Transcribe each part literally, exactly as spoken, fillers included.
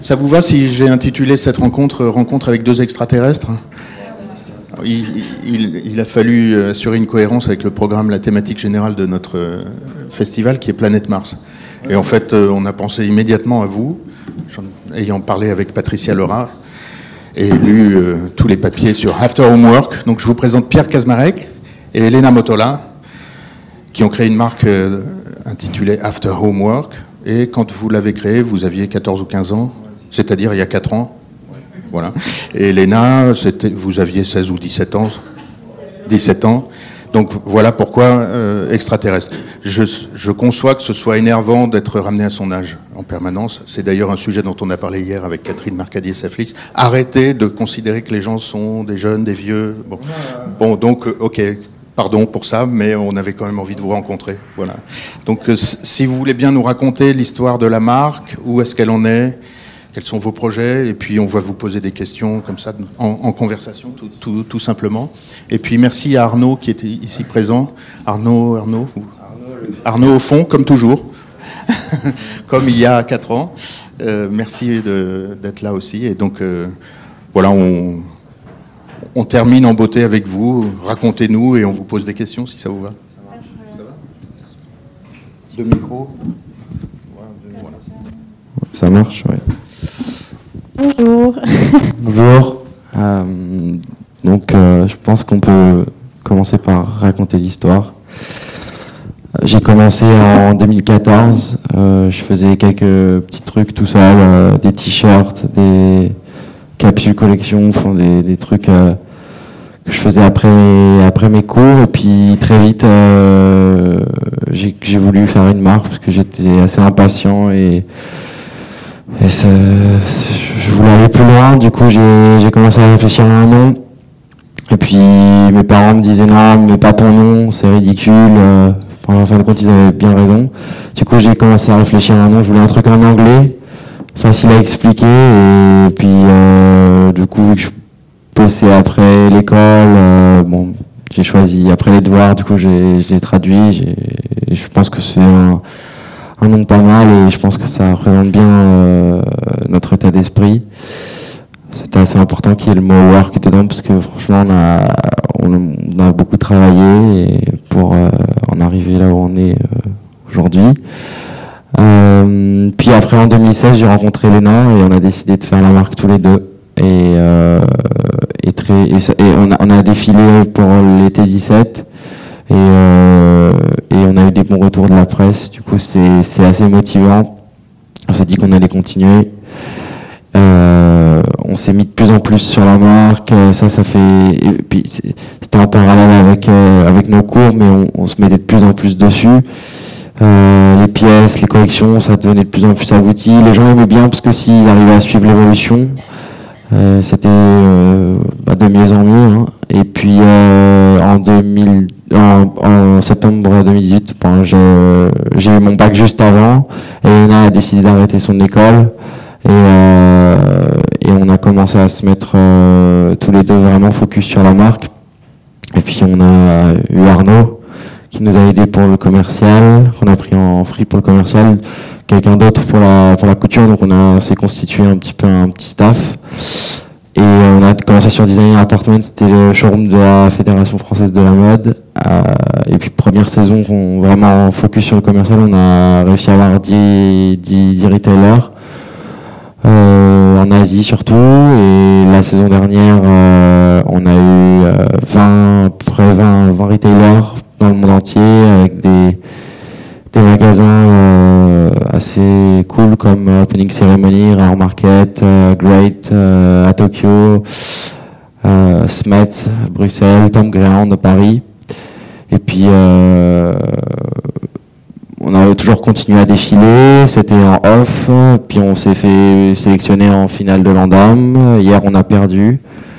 Ça vous va si j'ai intitulé cette rencontre « Rencontre avec deux extraterrestres » ? il, il, il a fallu assurer une cohérence avec le programme, la thématique générale de notre festival qui est Planète Mars. Et en fait, on a pensé immédiatement à vous, ayant parlé avec Patricia Laura et lu euh, tous les papiers sur After Homework. Donc je vous présente Pierre Kaczmarek et Elena Motola, qui ont créé une marque euh, intitulée After Homework. Et quand vous l'avez créée, vous aviez quatorze ou quinze ans, c'est-à-dire il y a quatre ans. Voilà. Et Elena, c'était, vous aviez seize ou dix-sept ans. dix-sept ans. Donc voilà pourquoi euh, extraterrestre. Je, je conçois que ce soit énervant d'être ramené à son âge en permanence. C'est d'ailleurs un sujet dont on a parlé hier avec Catherine Marcadier-Saflix. Arrêtez de considérer que les gens sont des jeunes, des vieux. Bon, bon donc, ok, pardon pour ça, mais on avait quand même envie de vous rencontrer. Voilà. Donc euh, si vous voulez bien nous raconter l'histoire de la marque, où est-ce qu'elle en est ? Quels sont vos projets ? Et puis on va vous poser des questions comme ça en, en conversation, tout, tout, tout simplement. Et puis merci à Arnaud qui était ici présent. Arnaud, Arnaud, ou... Arnaud au fond, comme toujours, comme il y a quatre ans. Euh, merci de, d'être là aussi. Et donc euh, voilà, on, on termine en beauté avec vous. Racontez-nous et on vous pose des questions si ça vous va. Ça va ? Deux micros. Voilà. Ça marche, oui. Bonjour. Bonjour. Euh, donc, euh, je pense qu'on peut commencer par raconter l'histoire. J'ai commencé en deux mille quatorze. Euh, je faisais quelques petits trucs tout seul, euh, des t-shirts, des capsules collection, enfin, des, des trucs euh, que je faisais après mes, après mes cours. Et puis très vite, euh, j'ai, j'ai voulu faire une marque parce que j'étais assez impatient et Et ça, je voulais aller plus loin, du coup j'ai, j'ai commencé à réfléchir à un nom. Et puis mes parents me disaient non, mais pas ton nom, c'est ridicule. Euh, en fin de compte, ils avaient bien raison. Du coup j'ai commencé à réfléchir à un nom, je voulais un truc en anglais, facile à expliquer. Et puis euh, du coup, vu que je bossais après l'école, euh, bon, j'ai choisi après les devoirs, du coup j'ai, j'ai traduit. J'ai, je pense que c'est un... un nom pas mal et je pense que ça représente bien euh, notre état d'esprit. C'était assez important qu'il y ait le mot work dedans parce que franchement on a, on a beaucoup travaillé et pour euh, en arriver là où on est euh, aujourd'hui. Euh, puis après en deux mille seize j'ai rencontré Elena et on a décidé de faire la marque tous les deux. Et, euh, et, très, et, et on, a, on a défilé pour l'été dix-sept. Et, euh, et on a eu des bons retours de la presse, du coup c'est, c'est assez motivant. On s'est dit qu'on allait continuer. Euh, on s'est mis de plus en plus sur la marque, ça, ça fait. Et puis c'était en parallèle avec euh, avec nos cours, mais on, on se mettait de plus en plus dessus. Euh, les pièces, les collections, ça devenait de plus en plus abouti. Les gens aimaient bien parce que s'ils arrivaient à suivre l'évolution, euh, c'était euh, bah, de mieux en mieux. Hein. Et puis euh, en deux mille En, en septembre deux mille dix-huit, bon, je, j'ai eu mon bac juste avant et Elena a décidé d'arrêter son école et, euh, et on a commencé à se mettre euh, tous les deux vraiment focus sur la marque. Et puis on a eu Arnaud qui nous a aidé pour le commercial, qu'on a pris en free pour le commercial, quelqu'un d'autre pour la, pour la couture, donc on a, on s'est constitué un petit peu un petit staff. Et on a commencé sur Designer Apartment, c'était le showroom de la Fédération Française de la Mode. Euh, et puis première saison, on vraiment focus sur le commercial, on a réussi à avoir dix, dix, dix retailers euh, en Asie surtout. Et la saison dernière, euh, on a eu euh, vingt, à peu près vingt, vingt retailers dans le monde entier avec des des magasins euh, assez cool comme Opening Ceremony, Rare Market, euh, Great euh, à Tokyo, euh, Smet à Bruxelles, Tom Greyhound à Paris. Et puis euh, on a toujours continué à défiler, c'était en off, puis on s'est fait sélectionner en finale de l'Andam. Hier on a perdu.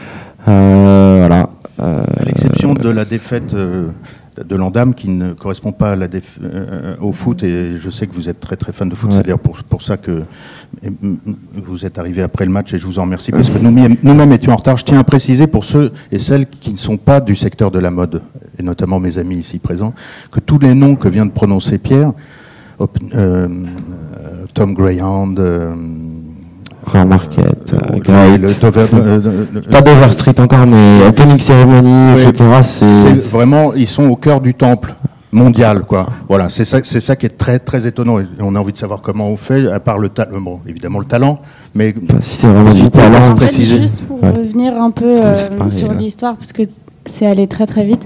Euh, voilà. Euh, à l'exception de la défaite euh, de l'Andam qui ne correspond pas à la déf- euh, au foot, et je sais que vous êtes très très fan de foot, ouais. C'est d'ailleurs pour, pour ça que vous êtes arrivé après le match et je vous en remercie parce que nous, nous-mêmes étions en retard. Je tiens à préciser pour ceux et celles qui ne sont pas du secteur de la mode, et notamment mes amis ici présents, que tous les noms que vient de prononcer Pierre, euh, euh, Tom Greyhound, euh, Frère Market, euh, le, Great. le Dover, euh, le, Pas d'Overstreet encore, mais Opening Ceremony, oui, et cetera. C'est... c'est vraiment, ils sont au cœur du temple mondial, quoi. Voilà, c'est ça, c'est ça qui est très, très étonnant. Et on a envie de savoir comment on fait, à part le talent, bon, évidemment le talent, mais si c'est vraiment si du talent. En fait, préciser. juste pour Ouais. revenir un peu euh, C'est pareil, sur ouais. l'histoire, parce que c'est allé très très vite.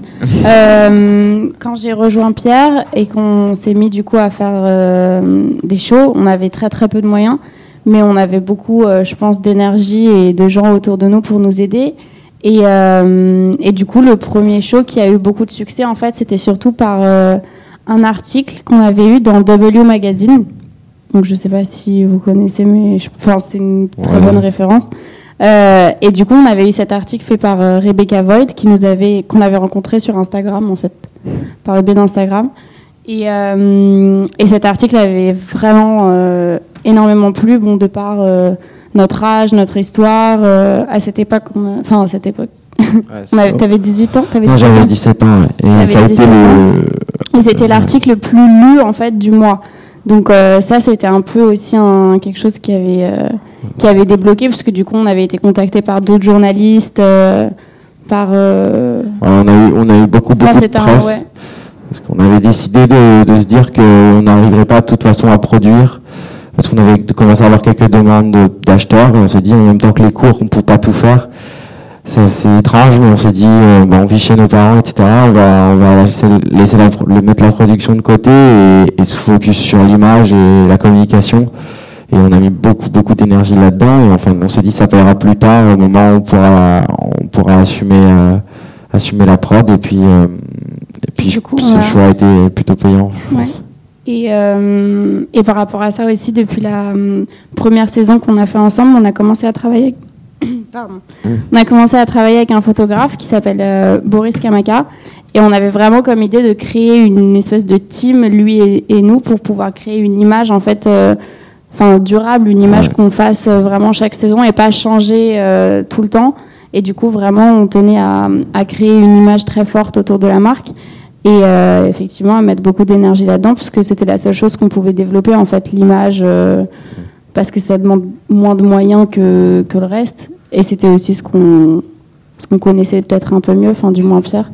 euh, quand j'ai rejoint Pierre et qu'on s'est mis du coup à faire euh, des shows, on avait très très peu de moyens, mais on avait beaucoup, euh, je pense, d'énergie et de gens autour de nous pour nous aider. Et, euh, et du coup, le premier show qui a eu beaucoup de succès, en fait, c'était surtout par euh, un article qu'on avait eu dans W Magazine. Donc, je ne sais pas si vous connaissez, mais je, enfin, c'est une très Ouais. bonne référence. Euh, et du coup, on avait eu cet article fait par euh, Rebecca Voigt, qui nous avait, qu'on avait rencontré sur Instagram, en fait, par le biais d'Instagram. Et, euh, et cet article avait vraiment euh, énormément plu, bon, de par euh, notre âge, notre histoire. Euh, à cette époque, on a- enfin, à cette époque, on avait, t'avais dix-huit ans, t'avais Non, dix-sept j'avais ans. dix-sept ans, ouais. Et T'avais ça a été dix-sept le... Et c'était l'article le plus lu en fait du mois. Donc euh, ça, c'était un peu aussi un, quelque chose qui avait euh, qui avait débloqué, parce que du coup, on avait été contacté par d'autres journalistes, euh, par. Euh... Alors, on a eu, on a eu beaucoup, beaucoup Enfin, de c'était un- presse. ouais. Parce qu'on avait décidé de, de se dire qu'on n'arriverait pas de toute façon à produire. Parce qu'on avait commencé à avoir quelques demandes de- d'acheteurs. Et on s'est dit, en même temps que les cours, on ne peut pas tout faire. C'est, c'est étrange, mais on s'est dit, euh, bah, on vit chez nos parents, et cetera. On va, on va laisser, laisser la, le, mettre la production de côté et, et se focus sur l'image et la communication. Et on a mis beaucoup, beaucoup d'énergie là-dedans. Et enfin, on s'est dit, ça paiera plus tard, au moment où on pourra, on pourra assumer, euh, assumer la prod. Et puis, euh, et puis Du coup, ce on a- choix a été plutôt payant, je Ouais. pense. Et, euh, et par rapport à ça aussi, depuis la euh, première saison qu'on a fait ensemble, on a commencé à travailler. Pardon. Mmh. On a commencé à travailler avec un photographe qui s'appelle euh, Boris Kamaka, et on avait vraiment comme idée de créer une espèce de team, lui et, et nous, pour pouvoir créer une image en fait, euh, enfin durable, une image Ouais. qu'on fasse euh, vraiment chaque saison et pas changer euh, tout le temps. Et du coup, vraiment, on tenait à, à créer une image très forte autour de la marque. Et euh, effectivement, à mettre beaucoup d'énergie là-dedans, puisque c'était la seule chose qu'on pouvait développer, en fait, l'image, euh, parce que ça demande moins de moyens que, que le reste. Et c'était aussi ce qu'on, ce qu'on connaissait peut-être un peu mieux, enfin, du moins Pierre.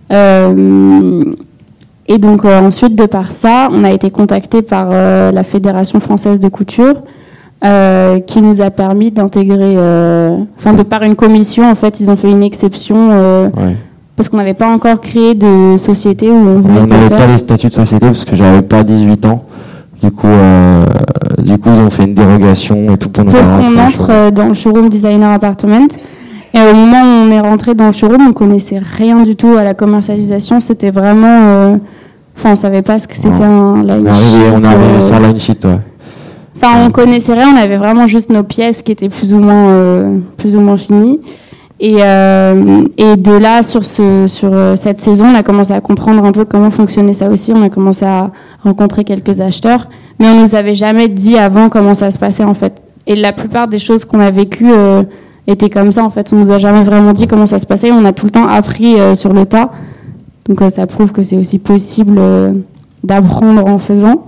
Euh, et donc, euh, ensuite, de par ça, on a été contacté par euh, la Fédération française de couture, euh, qui nous a permis d'intégrer, euh, enfin, de par une commission, en fait, ils ont fait une exception. Euh, Ouais. Parce qu'on n'avait pas encore créé de société où on voulait On le n'avait faire. pas les statuts de société parce que j'avais pas dix-huit ans. Du coup, euh, du coup, ils ont fait une dérogation et tout pour nous Pour faire qu'on rentrer au entre showroom. euh, dans le showroom Designer Apartment. Et au moment où on est rentré dans le showroom, on connaissait rien du tout à la commercialisation. C'était vraiment, euh, enfin, on savait pas ce que c'était Non. un line On est arrivé, sheet, on est arrivé euh, sans line sheet, ouais. Enfin, on connaissait rien. On avait vraiment juste nos pièces qui étaient plus ou moins, euh, plus ou moins finies. Et, euh, et de là, sur, ce, sur euh, cette saison, on a commencé à comprendre un peu comment fonctionnait ça aussi. On a commencé à rencontrer quelques acheteurs, mais on nous avait jamais dit avant comment ça se passait en fait. Et la plupart des choses qu'on a vécues euh, étaient comme ça en fait. On nous a jamais vraiment dit comment ça se passait. On a tout le temps appris euh, sur le tas. Donc euh, ça prouve que c'est aussi possible euh, d'apprendre en faisant.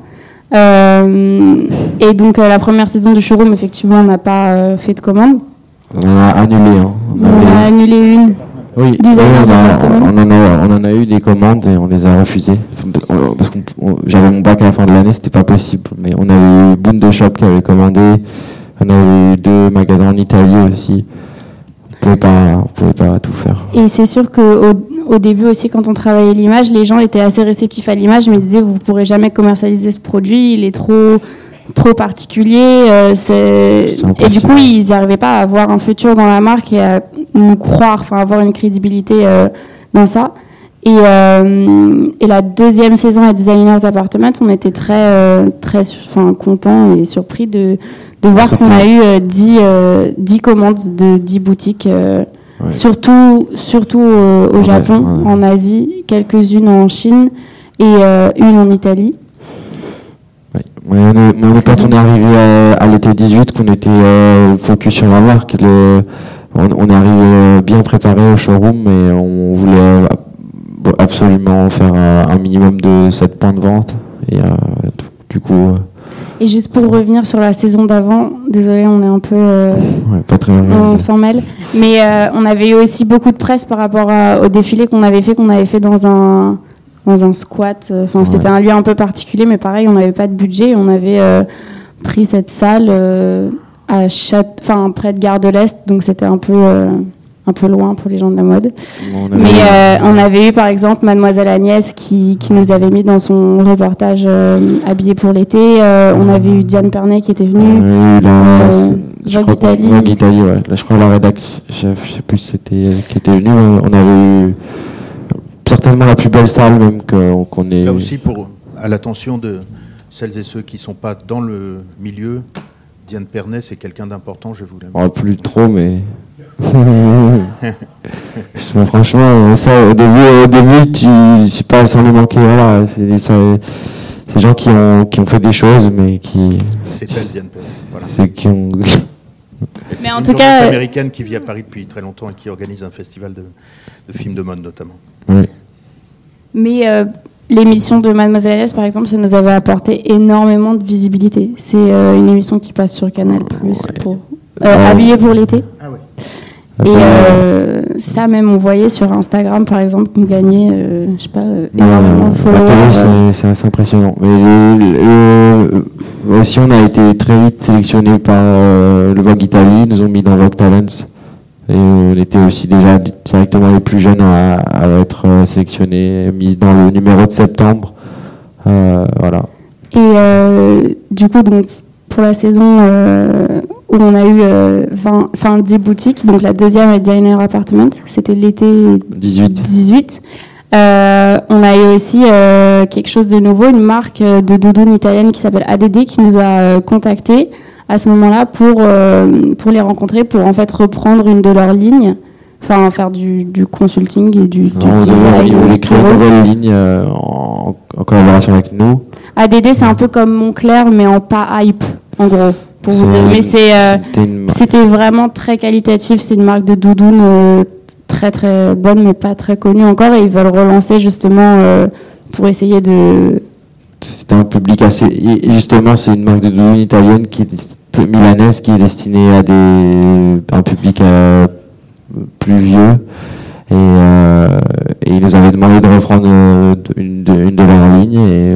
Euh, et donc euh, la première saison du showroom, effectivement, on n'a pas euh, fait de commande. On en a annulé. Hein. On On avait- a annulé une. Oui, Designers oui, on, a, Apartment. on, en a, on en a eu des commandes et on les a refusées. Enfin, on- Parce que j'avais mon bac à la fin de l'année, c'était pas possible. Mais on avait eu Boom de Shop qui avait commandé. On avait eu deux magasins en Italie aussi. On pouvait pas, on pouvait pas tout faire. Et c'est sûr qu'au au début aussi, quand on travaillait l'image, les gens étaient assez réceptifs à l'image, mais ils disaient, vous ne pourrez jamais commercialiser ce produit, il est trop, trop particulier. Euh, c'est... C'est Et impossible. du coup, ils n'arrivaient pas à avoir un futur dans la marque et à nous croire, enfin avoir une crédibilité euh, dans ça. Et, euh, et la deuxième saison à Designers Apartment, on était très, euh, très enfin, contents et surpris de, de voir C'était- qu'on a eu euh, dix, euh, dix commandes de dix boutiques, euh, Ouais. surtout, surtout euh, au Ouais, Japon, ouais. en Asie, quelques-unes en Chine et euh, une en Italie. Oui. Mais on est, mais on est- quand on est arrivé à, à l'été dix-huit, qu'on était euh, focus sur la marque, le, on, on est arrivé euh, bien préparé au showroom et on voulait euh, ab- absolument faire euh, un minimum de sept points de vente. Et euh, du coup, euh, Et juste pour revenir sur la saison d'avant, désolé, on est un peu, euh, ouais, pas très bien, on s'en mêle, mais euh, on avait eu aussi beaucoup de presse par rapport à, au défilé qu'on avait fait, qu'on avait fait dans un dans un squat. Enfin, ouais. C'était un lieu un peu particulier, mais pareil, on n'avait pas de budget. On avait euh, pris cette salle euh, à Châte... enfin, près de Gare de l'Est, donc c'était un peu euh, un peu loin pour les gens de la mode. Bon, on mais euh, on avait eu par exemple Mademoiselle Agnès qui, qui nous avait mis dans son reportage euh, habillé pour l'été. Euh, on avait eu Diane Pernet qui était venue. Oui, là, euh, Vogue Italie. Vogue Italie, ouais. Là, je crois la rédac, je, je sais plus si c'était qui était venue. On avait eu certainement la plus belle salle même qu'on qu'on ait. Là aussi, pour à l'attention de celles et ceux qui ne sont pas dans le milieu, Diane Pernet, c'est quelqu'un d'important, je vous l'aime. Oh, plus trop, mais. Franchement, ça, au début, au début tu sais pas sans lui manquer. Voilà, c'est ça, c'est des gens qui ont, qui ont fait des choses, mais qui. C'est elle, Diane Pernet. Voilà. C'est qui ont. C'est mais en une tout cas, américaine qui vit à Paris depuis très longtemps et qui organise un festival de, de films de mode notamment. Oui. Mais euh, l'émission de Mademoiselle Agnès, par exemple, ça nous avait apporté énormément de visibilité. C'est euh, une émission qui passe sur Canal+, ouais. pour euh, ouais. habillée pour l'été. Ah ouais. Et euh, ça, même, on voyait sur Instagram, par exemple, qu'on gagnait, euh, je sais pas, euh, énormément de followers. C'est, c'est assez impressionnant. Mais le, le, le, aussi, on a été très vite sélectionné par euh, le Vogue Italie. Ils nous ont mis dans Vogue Talents. Et on était aussi déjà directement les plus jeunes à, à être sélectionnés, mis dans le numéro de septembre. Euh, voilà. Et euh, du coup, donc, pour la saison euh, où on a eu euh, vingt, enfin, dix boutiques, donc la deuxième est Designer Apartment, c'était l'été dix-huit. dix-huit. Euh, on a eu aussi euh, quelque chose de nouveau, une marque de doudoune italienne qui s'appelle A D D qui nous a euh, contactés à ce moment-là pour, euh, pour les rencontrer, pour en fait reprendre une de leurs lignes, enfin faire du, du consulting et du, du non, design. Ils voulaient créer une nouvelle ligne euh, en, en collaboration avec nous. A D D, c'est un peu comme Moncler, mais en pas hype, en gros, pour c'est vous dire. Mais c'est, euh, une... c'était vraiment très qualitatif. C'est une marque de doudoune euh, très très bonne, mais pas très connue encore. Et ils veulent relancer justement euh, pour essayer de... C'était un public assez... Et justement, c'est une marque de doudoune italienne qui est milanaise, qui est destinée à des un public euh, plus vieux. Et, euh, et ils nous avaient demandé de reprendre euh, une, de, une de leurs lignes. Et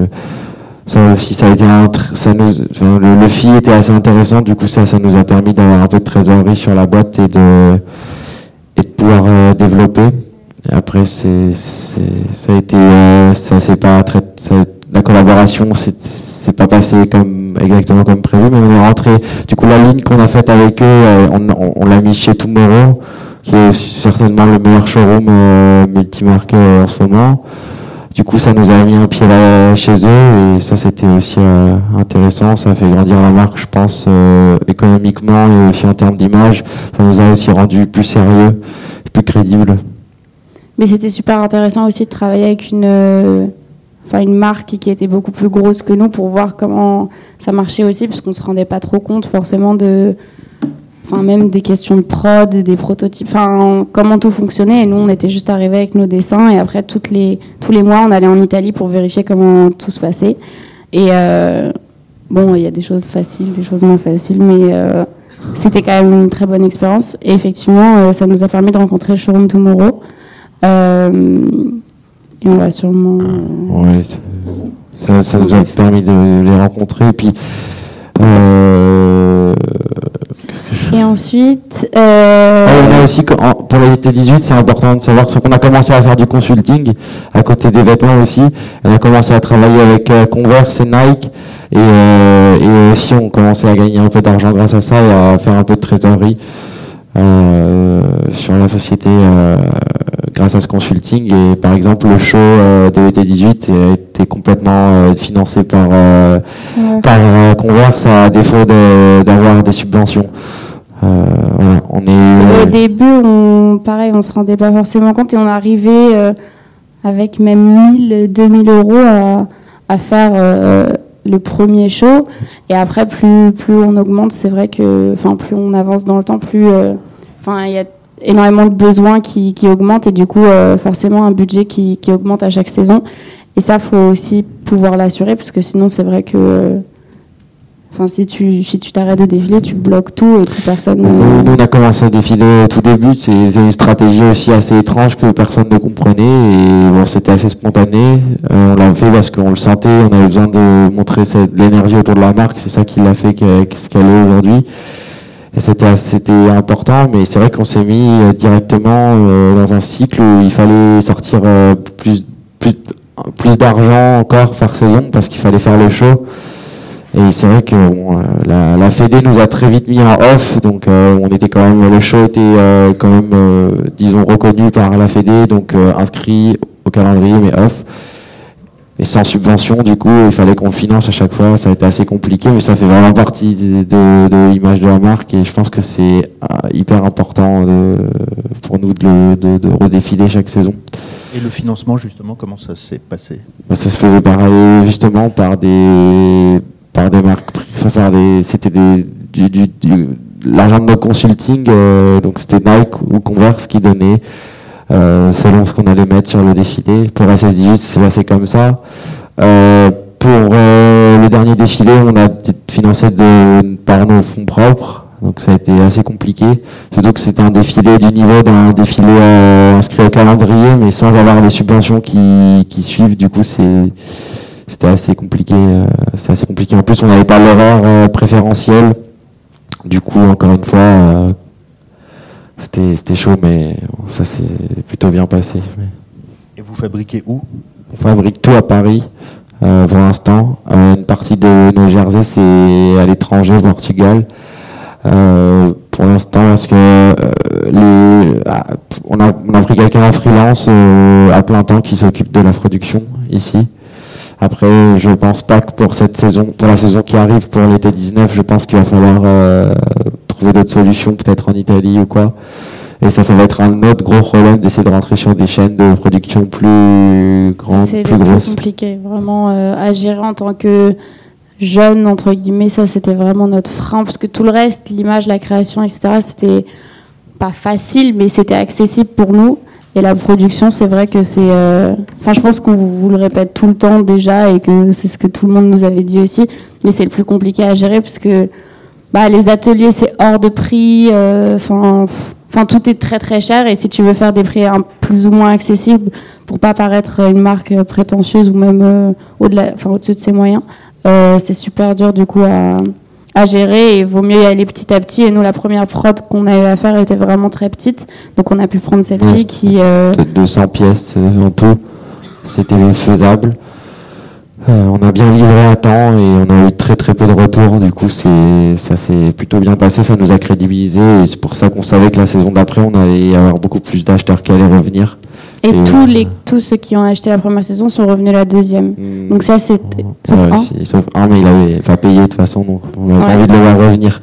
ça aussi, ça a été un, ça nous, enfin, le, le fee était assez intéressant. Du coup, ça, ça nous a permis d'avoir un peu de trésorerie sur la boîte et de, et de pouvoir euh, développer. Et après, c'est, c'est, ça a été, euh, ça c'est pas très, ça, la collaboration, c'est, c'est pas passé comme exactement comme prévu, mais on est rentré. Du coup, la ligne qu'on a faite avec eux, on, on, on l'a mis chez Tomorrow, qui est certainement le meilleur showroom euh, multimarque euh, en ce moment. Du coup, ça nous a mis un pied là chez eux et ça, c'était aussi euh, intéressant. Ça a fait grandir la marque, je pense, euh, économiquement et aussi en termes d'image. Ça nous a aussi rendu plus sérieux, plus crédible. Mais c'était super intéressant aussi de travailler avec une, euh, enfin une marque qui était beaucoup plus grosse que nous pour voir comment ça marchait aussi, parce qu'on ne se rendait pas trop compte forcément de... Enfin, même des questions de prod, des prototypes, enfin, comment tout fonctionnait. Et nous, on était juste arrivés avec nos dessins. Et après, toutes les, tous les mois, on allait en Italie pour vérifier comment tout se passait. Et euh, bon, il y a des choses faciles, des choses moins faciles, mais euh, c'était quand même une très bonne expérience. Et effectivement, euh, ça nous a permis de rencontrer le showroom Tomorrow. Euh, et on va sûrement... Euh, ouais, ça, ça nous a permis de les rencontrer. Et puis... Euh, Et ensuite... Euh... Ah, on a aussi, pour la T dix-huit, c'est important de savoir qu'on a commencé à faire du consulting, à côté des vêtements aussi. On a commencé à travailler avec euh, Converse et Nike. Et, euh, et aussi, on commençait à gagner un peu d'argent grâce à ça et à faire un peu de trésorerie euh, sur la société euh, grâce à ce consulting. Et par exemple, le show euh, de T dix-huit a été complètement euh, financé par, euh, ouais. par euh, Converse, à défaut de, d'avoir des subventions. Euh, voilà, on est... Au début, on, pareil, on se rendait pas forcément compte et on arrivait euh, avec même mille, deux mille euros à, à faire euh, le premier show. Et après, plus, plus on augmente, c'est vrai que, enfin, plus on avance dans le temps, plus, enfin, il y a énormément de besoins qui, qui augmentent et du coup, euh, forcément, un budget qui, qui augmente à chaque saison. Et ça, faut aussi pouvoir l'assurer parce que sinon, c'est vrai que Enfin, si tu si tu t'arrêtes de défiler, tu bloques tout et plus personne. Euh... Nous, on a commencé à défiler au tout début. C'est une stratégie aussi assez étrange que personne ne comprenait. Et bon, c'était assez spontané. Euh, on l'a fait parce qu'on le sentait. On avait besoin de montrer cette, l'énergie autour de la marque. C'est ça qui l'a fait ce qu'elle est aujourd'hui. Et c'était c'était important. Mais c'est vrai qu'on s'est mis directement euh, dans un cycle où il fallait sortir euh, plus plus plus d'argent encore par saison parce qu'il fallait faire le show. Et c'est vrai que bon, la, la Fédé nous a très vite mis en off, donc euh, on était quand même, le show était euh, quand même, euh, disons, reconnu par la Fédé, donc euh, inscrit au calendrier, mais off. Et sans subvention, du coup, il fallait qu'on finance à chaque fois. Ça a été assez compliqué, mais ça fait vraiment partie de, de, de l'image de la marque. Et je pense que c'est euh, hyper important de, pour nous de, de, de redéfiler chaque saison. Et le financement, justement, comment ça s'est passé? Ben, ça se faisait pareil, justement, par des... par des marques, enfin, des, c'était des, du, du, du, l'argent de nos consulting, euh, donc c'était Nike ou Converse qui donnait, euh, selon ce qu'on allait mettre sur le défilé. Pour S S dix-huit, c'est passé comme ça. Euh, pour euh, le dernier défilé, on a financé de, par nos fonds propres, donc ça a été assez compliqué. Surtout que c'était un défilé du niveau d'un défilé euh, inscrit au calendrier, mais sans avoir les subventions qui, qui suivent. Du coup, c'est C'était assez compliqué. Euh, c'est assez compliqué. En plus, on n'avait pas l'horaire euh, préférentiel. Du coup, encore une fois, euh, c'était, c'était chaud, mais bon, ça s'est plutôt bien passé. Mais... Et vous fabriquez où? On fabrique tout à Paris, euh, pour l'instant. Euh, une partie de nos jerseys, c'est à l'étranger, au Portugal. Euh, pour l'instant, parce que euh, les, ah, on, a, on a pris quelqu'un en freelance euh, à plein temps qui s'occupe de la production ici. Après, je pense pas que pour cette saison, pour la saison qui arrive, pour l'été dix-neuf, je pense qu'il va falloir euh, trouver d'autres solutions, peut-être en Italie ou quoi. Et ça, ça va être un autre gros problème d'essayer de rentrer sur des chaînes de production plus grandes, c'est plus grosses. C'est compliqué, vraiment euh, à gérer en tant que jeune, entre guillemets, ça c'était vraiment notre frein, parce que tout le reste, l'image, la création, et cetera, c'était pas facile, mais c'était accessible pour nous. Et la production, c'est vrai que c'est... Euh... Enfin, je pense qu'on vous le répète tout le temps déjà et que c'est ce que tout le monde nous avait dit aussi, mais c'est le plus compliqué à gérer parce que bah, les ateliers, c'est hors de prix. Enfin, euh, tout est très très cher et si tu veux faire des prix un, plus ou moins accessibles pour pas paraître une marque prétentieuse ou même euh, au-delà, enfin, au-dessus de ses moyens, euh, c'est super dur du coup à... à gérer et il vaut mieux y aller petit à petit. Et nous, la première prod qu'on a eu à faire était vraiment très petite. Donc on a pu prendre cette fille qui... Euh... De deux cents pièces en tout, c'était faisable. Euh, on a bien livré à temps et on a eu très très peu de retours. Du coup, c'est, ça s'est plutôt bien passé, ça nous a crédibilisé. Et c'est pour ça qu'on savait que la saison d'après, on allait avoir beaucoup plus d'acheteurs qui allaient revenir. Et, et tous, les, tous ceux qui ont acheté la première saison sont revenus la deuxième. Mmh. Donc ça, c'est... Sauf ouais, un. Si, sauf un, mais il n'avait pas payé de toute façon, donc on avait ouais. envie de le voir revenir.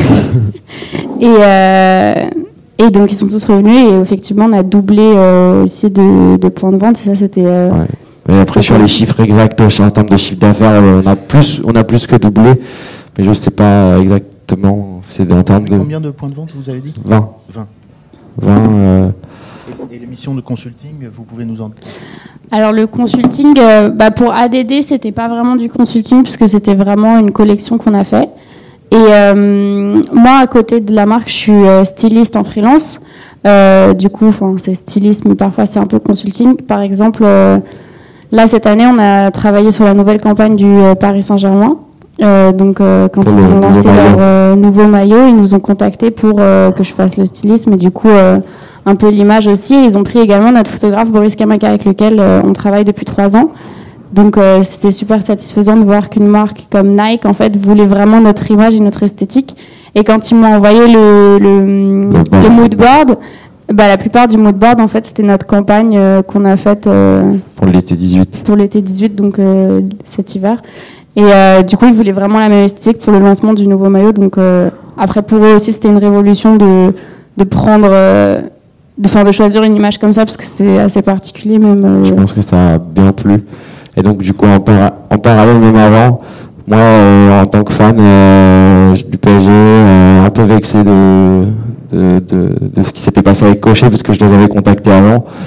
et, euh, et donc, ils sont tous revenus. Et effectivement, on a doublé euh, aussi de, de points de vente. Et ça, c'était... Euh, ouais. Et après, sur les chiffres exacts, en termes de chiffre d'affaires, on a plus, on a plus que doublé. Mais je ne sais pas exactement. C'est en termes de... Combien de points de vente, vous avez dit? vingt. vingt. vingt euh, Et les missions de consulting, vous pouvez nous en... Alors le consulting, euh, bah pour A D D, c'était pas vraiment du consulting puisque c'était vraiment une collection qu'on a fait. Et euh, moi, à côté de la marque, je suis euh, styliste en freelance. Euh, du coup, c'est styliste, mais parfois c'est un peu consulting. Par exemple, euh, là cette année, on a travaillé sur la nouvelle campagne du euh, Paris Saint-Germain. Euh, donc euh, quand pour ils ont lancé leur euh, nouveau maillot, ils nous ont contactés pour euh, que je fasse le stylisme et du coup euh, un peu l'image aussi. Ils ont pris également notre photographe Boris Kamaka avec lequel euh, on travaille depuis trois ans. Donc euh, c'était super satisfaisant de voir qu'une marque comme Nike en fait voulait vraiment notre image et notre esthétique. Et quand ils m'ont envoyé le, le, le mood board, bah, la plupart du mood board en fait c'était notre campagne euh, qu'on a faite euh, pour l'été dix-huit. Pour l'été dix-huit, donc euh, cet hiver. Et euh, du coup, ils voulaient vraiment la même esthétique pour le lancement du nouveau maillot. Donc euh, après, pour eux aussi, c'était une révolution de, de prendre, euh, de, enfin, de choisir une image comme ça parce que c'est assez particulier même. Euh... Je pense que ça a bien plu. Et donc du coup, en, para- en parallèle, même avant, moi, euh, en tant que fan euh, du P S G, euh, un peu vexé de, de, de, de ce qui s'était passé avec Cochet parce que je les avais contactés avant.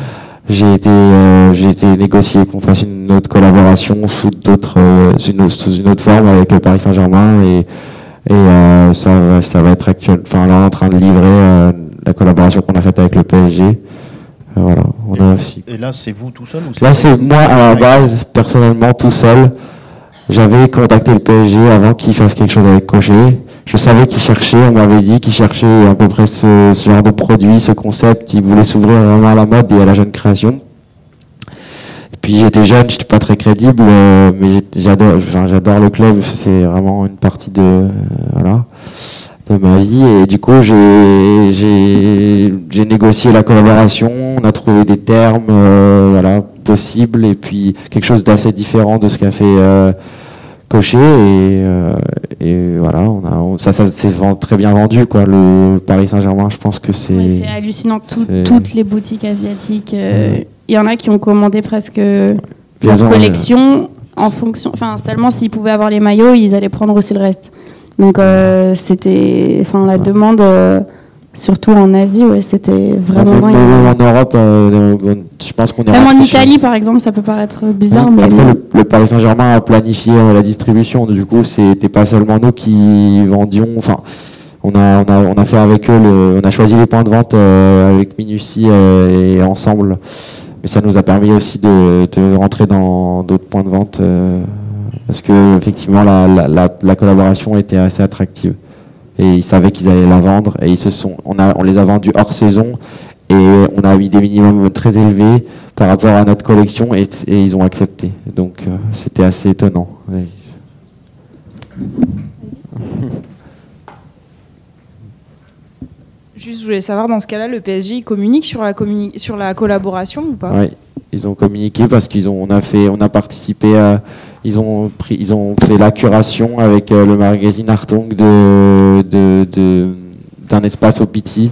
j'ai été, euh, j'ai été négocié qu'on fasse une autre collaboration sous d'autres, euh, une, sous une autre forme avec le Paris Saint-Germain et, et euh, ça, ça va être actuel. Enfin, là, on est en train de livrer euh, la collaboration qu'on a faite avec le P S G. Euh, voilà. On et, a aussi. Et là, c'est vous tout seul ou Là, c'est moi à la base, personnellement, tout seul. J'avais contacté le P S G avant qu'il fasse quelque chose avec Cochet. Je savais qu'il cherchait, on m'avait dit qu'il cherchait à peu près ce, ce genre de produit, ce concept. Il voulait s'ouvrir vraiment à la mode et à la jeune création. Et puis j'étais jeune, j'étais pas très crédible, euh, mais j'adore, enfin, j'adore le club. C'est vraiment une partie de, euh, voilà, de ma vie. Et du coup, j'ai, j'ai, j'ai négocié la collaboration. On a trouvé des termes, euh, voilà, possibles, et puis quelque chose d'assez différent de ce qu'a fait. Euh, Cochet et, euh, et voilà, on a, on, ça, ça c'est très bien vendu quoi. Le Paris Saint-Germain, je pense que c'est. Ouais, c'est hallucinant. Tout, toutes les boutiques asiatiques, il euh, y en a qui ont commandé presque leur ont, collection euh, en fonction. Enfin, seulement s'ils pouvaient avoir les maillots, ils allaient prendre aussi le reste. Donc euh, c'était, enfin la ouais. demande. Euh, Surtout en Asie, ouais, c'était vraiment dingue. Même en Europe, euh, je pense qu'on est. Même en Italie, par exemple, ça peut paraître bizarre, ouais, mais. Après, le, le Paris Saint-Germain a planifié euh, la distribution. Du coup, c'était pas seulement nous qui vendions. Enfin, on a, on a, on a fait avec eux. Le, on a choisi les points de vente euh, avec minutie euh, et ensemble. Mais ça nous a permis aussi de, de rentrer dans d'autres points de vente euh, parce que effectivement, la, la, la, la collaboration était assez attractive. Et ils savaient qu'ils allaient la vendre et ils se sont, on a, on les a vendus hors saison et on a mis des minimums très élevés par rapport à notre collection et, et ils ont accepté. Donc euh, c'était assez étonnant. Juste, je voulais savoir dans ce cas-là, le P S G il communique sur la communi- sur la collaboration ou pas ? Oui, ils ont communiqué parce qu'ils ont, on a fait, on a participé à. Ils ont, pris, ils ont fait la curation avec euh, le magazine Hartung de, de, de, d'un espace au Pitti.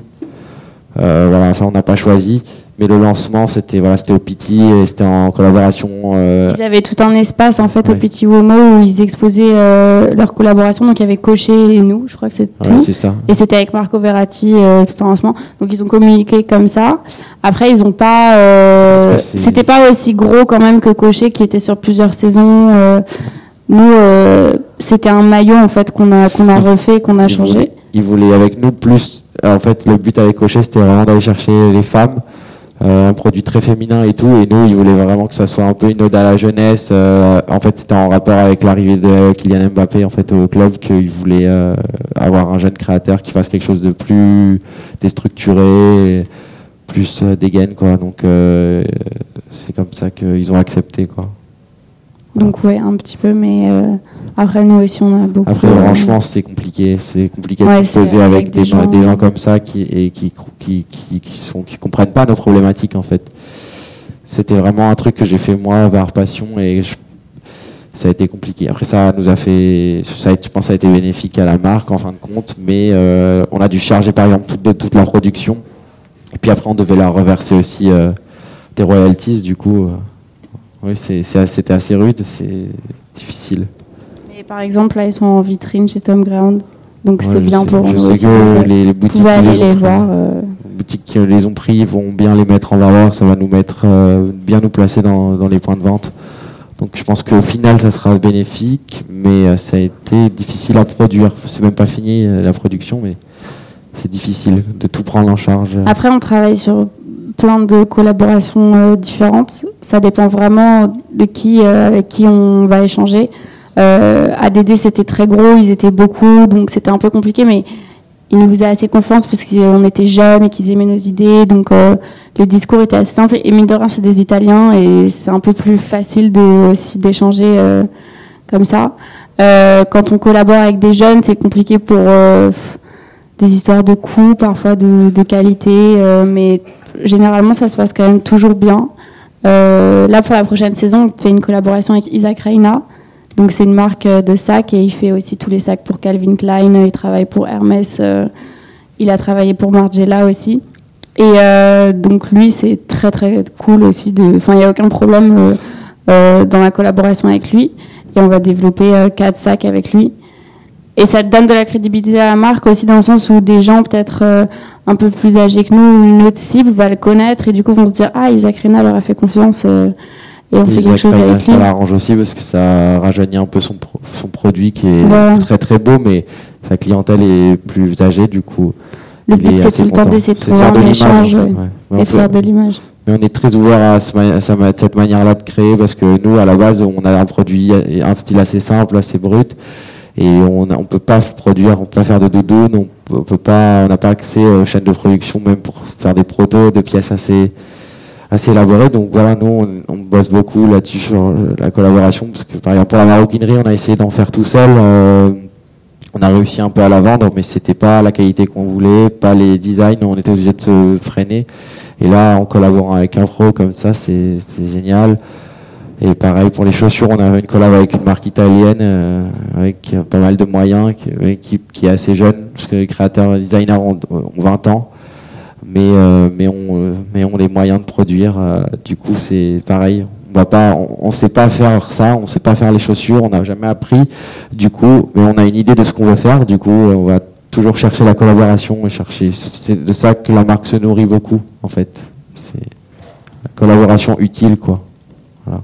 Euh, voilà, ça on n'a pas choisi. Mais le lancement, c'était voilà, c'était au Pitti et c'était en collaboration. Euh... Ils avaient tout un espace en fait ouais. au Pitti Uomo où ils exposaient euh, leur collaboration. Donc il y avait Cochet et nous, je crois que c'est tout. Ouais, c'est ça. Et c'était avec Marco Verratti euh, tout un lancement. Donc ils ont communiqué comme ça. Après ils ont pas. Euh, c'était pas aussi gros quand même que Cochet qui était sur plusieurs saisons. Euh, nous, euh, c'était un maillot en fait qu'on a qu'on a refait, qu'on a ils changé. Voulaient, ils voulaient avec nous plus. En fait, le but avec Cochet, c'était vraiment d'aller chercher les femmes. Euh, un produit très féminin et tout, et nous, ils voulaient vraiment que ça soit un peu une ode à la jeunesse. Euh, en fait, c'était en rapport avec l'arrivée de Kylian Mbappé en fait au club qu'ils voulaient euh, avoir un jeune créateur qui fasse quelque chose de plus déstructuré, plus euh, dégaine quoi. Donc euh, c'est comme ça qu'ils ont accepté quoi. Donc ouais, un petit peu, mais euh, après nous aussi on a beaucoup. Après euh, franchement c'est compliqué, c'est compliqué ouais, de composer avec, avec des, des, gens... des gens comme ça qui et qui qui qui qui sont qui comprennent pas nos problématiques en fait. C'était vraiment un truc que j'ai fait moi par passion et je, ça a été compliqué. Après ça nous a fait, ça a, je pense, ça a été bénéfique à la marque en fin de compte, mais euh, on a dû charger par exemple toute, toute la production et puis après on devait leur reverser aussi euh, des royalties du coup. Euh, Oui, c'est, c'est, c'était assez rude, c'est difficile. Mais par exemple, là, ils sont en vitrine chez Tom Ground, donc ouais, c'est bien sais, pour je nous sais aussi. Que les, les boutiques vous pouvez aller les, les voir. Euh... Les boutiques qui les ont pris vont bien les mettre en valeur, ça va nous mettre, euh, bien nous placer dans, dans les points de vente. Donc je pense qu'au final, ça sera bénéfique, mais euh, ça a été difficile à produire. C'est même pas fini euh, la production, mais c'est difficile de tout prendre en charge. Après, on travaille sur plein de collaborations euh, différentes. Ça dépend vraiment de qui, euh, avec qui on va échanger. Euh, A D D, c'était très gros, ils étaient beaucoup, donc c'était un peu compliqué, mais ils nous faisaient assez confiance parce qu'on était jeunes et qu'ils aimaient nos idées, donc euh, le discours était assez simple. Et mine de rien, c'est des Italiens et c'est un peu plus facile de, aussi d'échanger euh, comme ça. Euh, quand on collabore avec des jeunes, c'est compliqué pour euh, des histoires de coûts, parfois de, de qualité, euh, mais généralement, ça se passe quand même toujours bien. Euh, là, pour la prochaine saison, on fait une collaboration avec Isaac Reina. Donc, c'est une marque de sacs et il fait aussi tous les sacs pour Calvin Klein. Il travaille pour Hermès. Euh, il a travaillé pour Margiela aussi. Et euh, donc, lui, c'est très, très cool aussi. De... Enfin, il n'y a aucun problème euh, euh, dans la collaboration avec lui. Et on va développer euh, quatre sacs avec lui. et ça donne de la crédibilité à la marque aussi dans le sens où des gens peut-être euh, un peu plus âgés que nous, une autre cible va le connaître et du coup vont se dire ah Isaac Rena leur a fait confiance euh, et on fait quelque chose avec lui. Ça l'arrange aussi parce que ça rajeunit un peu son, pro- son produit qui est voilà. très très beau, mais sa clientèle est plus âgée du coup. Le but c'est tout le temps d'essayer de trouver un échange ouais. et de faire de l'image. Mais on est très ouvert à, ce, à cette manière-là de créer parce que nous, à la base, on a un produit, un style assez simple, assez brut, et on ne peut pas produire, on peut pas faire de doudoune, on peut pas, on n'a pas accès aux chaînes de production même pour faire des protos, de pièces assez, assez élaborées. Donc voilà, nous, on, on bosse beaucoup là-dessus sur la collaboration parce que par exemple pour la maroquinerie, on a essayé d'en faire tout seul. Euh, on a réussi un peu à la vendre, mais c'était pas la qualité qu'on voulait, pas les designs, on était obligé de se freiner. Et là, en collaborant avec un pro comme ça, c'est génial. Et pareil pour les chaussures, on a une collab avec une marque italienne euh, avec pas mal de moyens, qui, qui, qui est assez jeune, parce que les créateurs et designers ont, ont vingt ans, mais, euh, mais, ont, mais ont les moyens de produire. Euh, du coup, c'est pareil. On va pas, on ne sait pas faire ça, on ne sait pas faire les chaussures, on n'a jamais appris. Du coup, mais on a une idée de ce qu'on veut faire. Du coup, on va toujours chercher la collaboration et chercher. C'est de ça que la marque se nourrit beaucoup, en fait. C'est la collaboration utile, quoi. Voilà.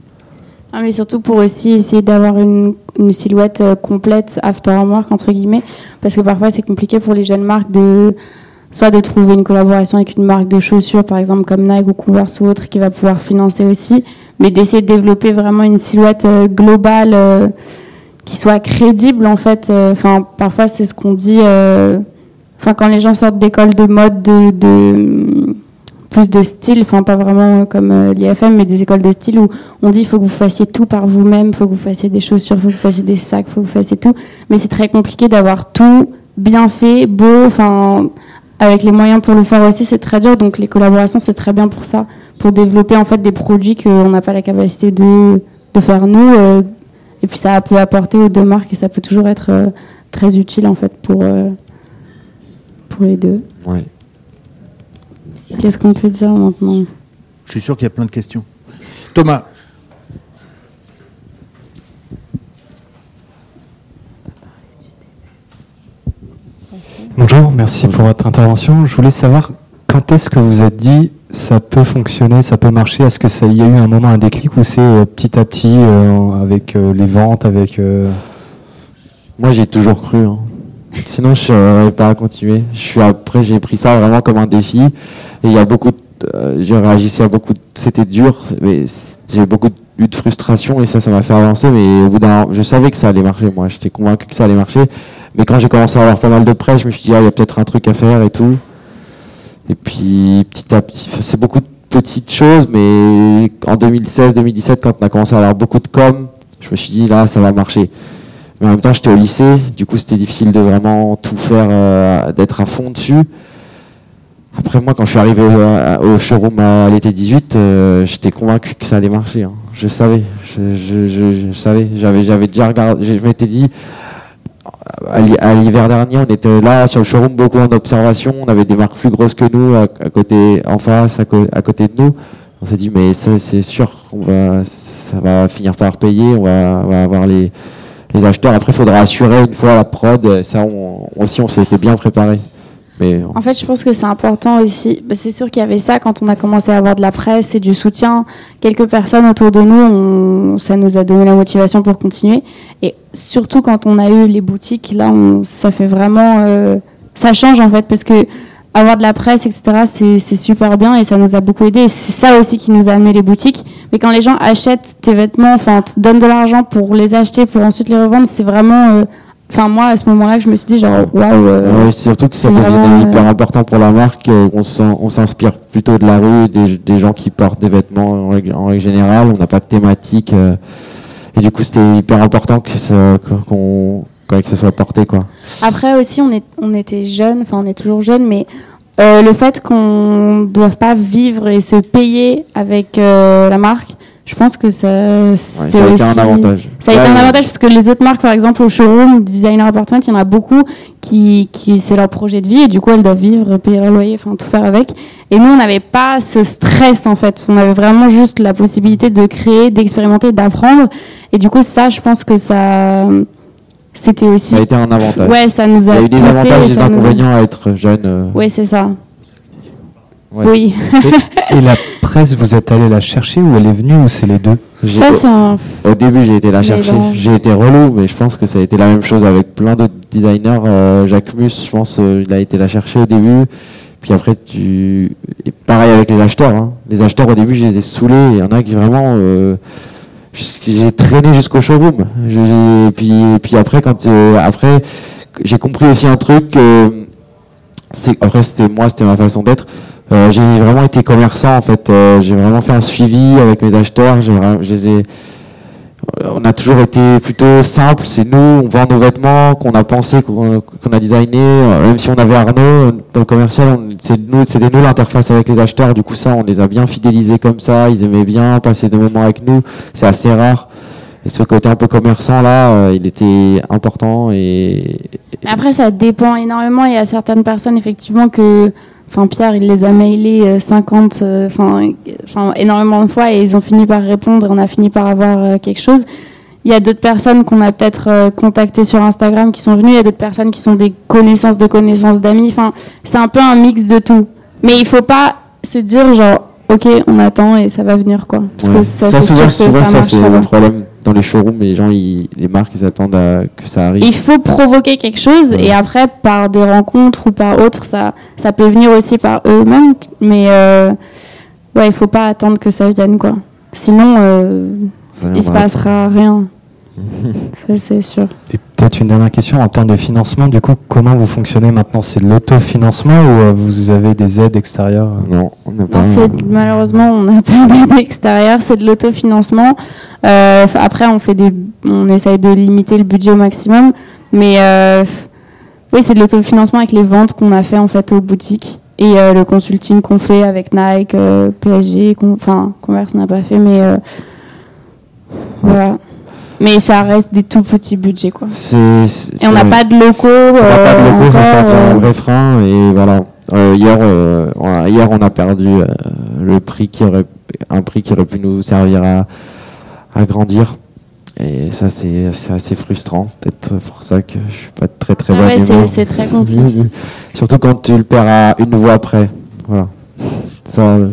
Ah, mais surtout pour aussi essayer d'avoir une, une silhouette euh, complète aftermark entre guillemets, parce que parfois c'est compliqué pour les jeunes marques de soit de trouver une collaboration avec une marque de chaussures, par exemple comme Nike ou Converse ou autre, qui va pouvoir financer aussi, mais d'essayer de développer vraiment une silhouette euh, globale. Euh, qui soit crédible en fait. Enfin, euh, parfois c'est ce qu'on dit. Enfin, euh, quand les gens sortent d'écoles de mode, de, de plus de style, enfin pas vraiment comme euh, l'I F M, mais des écoles de style où on dit il faut que vous fassiez tout par vous-même, il faut que vous fassiez des chaussures, il faut que vous fassiez des sacs, il faut que vous fassiez tout. Mais c'est très compliqué d'avoir tout bien fait, beau. Enfin, avec les moyens pour le faire aussi, c'est très dur. Donc les collaborations, c'est très bien pour ça, pour développer en fait des produits qu'on n'a pas la capacité de de faire nous. Euh, Et puis ça peut apporter aux deux marques et ça peut toujours être euh, très utile en fait pour, euh, pour les deux. Ouais. Qu'est-ce qu'on peut dire maintenant? Je suis sûr qu'il y a plein de questions. Thomas. Bonjour, merci pour votre intervention. Je voulais savoir quand est-ce que vous êtes dit ça peut fonctionner, ça peut marcher. Est-ce que ça y a eu un moment, un déclic, ou c'est euh, petit à petit euh, avec euh, les ventes, avec euh... Moi, j'ai toujours cru. Hein. Sinon, je n'aurais pas continué. Je suis après, j'ai pris ça vraiment comme un défi. Et il y a beaucoup, de, euh, j'ai réagi à beaucoup. De, c'était dur, mais j'ai beaucoup eu de frustration et ça, ça m'a fait avancer. Mais au bout d'un, je savais que ça allait marcher. Moi, j'étais convaincu que ça allait marcher. Mais quand j'ai commencé à avoir pas mal de prêts, je me suis dit, ah, il y a peut-être un truc à faire et tout. Et puis petit à petit, c'est beaucoup de petites choses, mais en deux mille seize deux mille dix-sept, quand on a commencé à avoir beaucoup de com, je me suis dit là, ça va marcher. Mais en même temps, j'étais au lycée, du coup c'était difficile de vraiment tout faire, euh, d'être à fond dessus. Après moi, quand je suis arrivé au, au showroom à l'été dix-huit, euh, j'étais convaincu que ça allait marcher. Hein. Je savais, je, je, je, je savais, j'avais, j'avais déjà regardé, je m'étais dit. À l'hiver dernier, on était là sur le showroom, beaucoup en observation. On avait des marques plus grosses que nous à, à côté, en face, à, co à côté de nous. On s'est dit, mais ça, c'est sûr, on va, ça va finir par payer. On va, on va avoir les, les acheteurs. Après, il faudra assurer une fois la prod. Ça, on, aussi, on s'était bien préparé. Mais en fait, je pense que c'est important aussi. C'est sûr qu'il y avait ça quand on a commencé à avoir de la presse et du soutien. Quelques personnes autour de nous, on, ça nous a donné la motivation pour continuer. Et surtout quand on a eu les boutiques, là, on, ça fait vraiment, euh, ça change en fait, parce que avoir de la presse, et cetera, c'est super bien et ça nous a beaucoup aidé. Et c'est ça aussi qui nous a amené les boutiques. Mais quand les gens achètent tes vêtements, enfin, te donnent de l'argent pour les acheter, pour ensuite les revendre, c'est vraiment euh, Enfin, moi, à ce moment-là, que je me suis dit, genre, waouh. Euh, ouais, surtout que ça devient euh... hyper important pour la marque. On s'inspire plutôt de la rue, des, des gens qui portent des vêtements en règle, en règle générale. On n'a pas de thématique. Euh, et du coup, c'était hyper important que ça, qu'on, que ça soit porté, quoi. Après aussi, on, est, on était jeunes, enfin, on est toujours jeunes, mais euh, le fait qu'on ne doive pas vivre et se payer avec euh, la marque, je pense que ça, ouais, ça a été un avantage. Ça a été un avantage parce que les autres marques, par exemple, au showroom, Designer Apartment, il y en a beaucoup qui, qui c'est leur projet de vie et du coup, elles doivent vivre, payer leur loyer, enfin, tout faire avec. Et nous, on n'avait pas ce stress, en fait. On avait vraiment juste la possibilité de créer, d'expérimenter, d'apprendre. Et du coup, ça, je pense que ça, c'était aussi. Ça a été un avantage. Ouais, ça nous a. Il y a eu des poussé, avantages et des ça nous a- inconvénients à être jeune. euh, Ouais, c'est ça. ouais. Oui. Et, et la presse, vous êtes allé la chercher ou elle est venue ou c'est les deux? J'ai- Ça, c'est un. Au début, j'ai été la Mais chercher. bon. J'ai été relou, mais je pense que ça a été la même chose avec plein d'autres designers. Euh, Jacques Mus, je pense, euh, il a été la chercher au début. Puis après, tu. Et pareil avec les acheteurs. Hein. Les acheteurs, au début, je les ai saoulés. Il y en a qui vraiment. Euh... J'ai traîné jusqu'au showroom. Je- Et puis, et puis après, quand euh, après, j'ai compris aussi un truc. Euh... c'est- Après, c'était moi, c'était ma façon d'être. Euh, j'ai vraiment été commerçant en fait. Euh, j'ai vraiment fait un suivi avec mes acheteurs. J'ai vra- je les ai- On a toujours été plutôt simple. C'est nous, on vend nos vêtements qu'on a pensé, qu'on qu'on a designé. Euh, Même si on avait Arnaud dans le commercial, on- c'est nous, c'était nous l'interface avec les acheteurs. Du coup, ça, on les a bien fidélisés comme ça. Ils aimaient bien passer des moments avec nous. C'est assez rare. Et ce côté un peu commerçant là, euh, il était important et. Mais après, ça dépend énormément. Il y a certaines personnes, effectivement, que. Enfin, Pierre, il les a mailés euh, cinquante, euh, enfin, enfin, énormément de fois et ils ont fini par répondre et on a fini par avoir euh, quelque chose. Il y a d'autres personnes qu'on a peut-être euh, contactées sur Instagram qui sont venues. Il y a d'autres personnes qui sont des connaissances de connaissances d'amis. Enfin, c'est un peu un mix de tout. Mais il faut pas se dire, genre, ok, on attend et ça va venir, quoi. Parce Ouais. que ça, Ça, c'est souvent, sûr que souvent, ça ça, c'est marchera le pas. problème dans les showrooms. Les gens, ils- les marques, ils attendent à- que ça arrive. Il faut provoquer quelque chose Ouais. et après par des rencontres ou par autres ça ça peut venir aussi par eux-mêmes mais euh, ouais il faut pas attendre que ça vienne quoi sinon euh, Ça il se viendra. passera rien ça c'est sûr. Et peut-être une dernière question en termes de financement. Du coup, comment vous fonctionnez maintenant? C'est de l'autofinancement ou euh, vous avez des aides extérieures? Non, on n'a Non, pas. c'est- malheureusement on n'a pas d'aide extérieure c'est de l'autofinancement. Euh, après on fait des on essaye de limiter le budget au maximum mais euh, oui c'est de l'autofinancement avec les ventes qu'on a fait en fait aux boutiques et euh, le consulting qu'on fait avec Nike, euh, P S G, con- enfin Converse on n'a pas fait mais euh, voilà. Mais ça reste des tout petits budgets quoi. C'est, c'est- Et on n'a c'est- pas de locaux. on n'a pas de locaux, ça, ça devient un euh, vrai frein. Et voilà. Euh, hier, euh, on a, hier, on a perdu euh, le prix qui aurait, un prix qui aurait pu nous servir à, à grandir. Et ça, c'est, c'est assez frustrant. Peut-être pour ça que je suis pas de très très ah bonne ouais, c'est, humeur. c'est très compliqué. Surtout quand tu le perds à une voix près. Voilà. Ça. euh,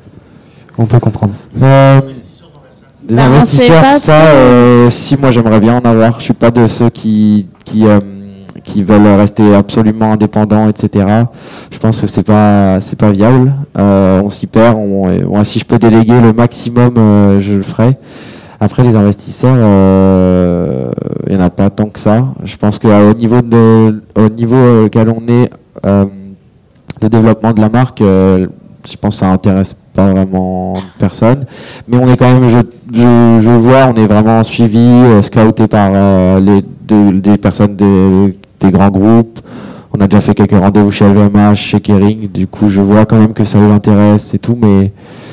On peut comprendre. Euh, des Bah, on sait investisseurs, pas ça, trop. euh, si moi j'aimerais bien en avoir. Je suis pas de ceux qui qui euh, qui veulent rester absolument indépendants, et cetera. Je pense que c'est pas c'est pas viable. Euh, on s'y perd. On, et moi, si je peux déléguer le maximum, euh, je le ferai. Après, les investisseurs, euh, il n'y en a pas tant que ça. Je pense qu'au niveau de au niveau auquel on est euh, de développement de la marque, euh, je pense que ça intéresse pas vraiment personne, mais on est quand même, je, je, je vois, on est vraiment suivi, euh, scouté par euh, les de- des personnes des, des grands groupes. On a déjà fait quelques rendez-vous chez L V M H, chez Kering. Du coup, je vois quand même que ça les intéresse et tout, mais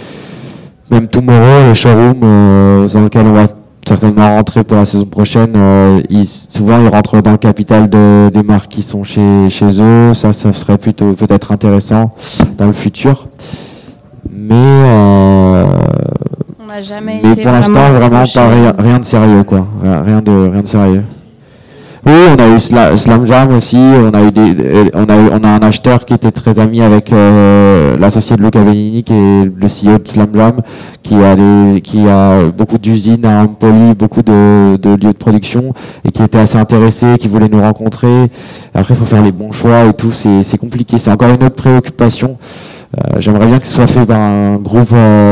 même Tomorrow, le showroom euh, dans lequel on va certainement rentrer pour la saison prochaine, euh, ils, souvent ils rentrent dans le capital de, des marques qui sont chez, chez eux. Ça, ça serait plutôt peut-être intéressant dans le futur. Mais, euh, On n'a jamais mais été pour l'instant, vraiment approché. pas rien, rien de sérieux, quoi. Rien de, rien de sérieux. Oui, on a eu Sla- Slam Jam aussi. On a eu des, on a eu, on a un acheteur qui était très ami avec euh, l'associé de Luca Benigni, qui est le C E O de Slam Jam, qui a les, qui a beaucoup d'usines à Empoli, beaucoup de, de lieux de production, et qui était assez intéressé, qui voulait nous rencontrer. Après, il faut faire les bons choix et tout. C'est, c'est compliqué. C'est encore une autre préoccupation. Euh, j'aimerais bien que ce soit fait par un groupe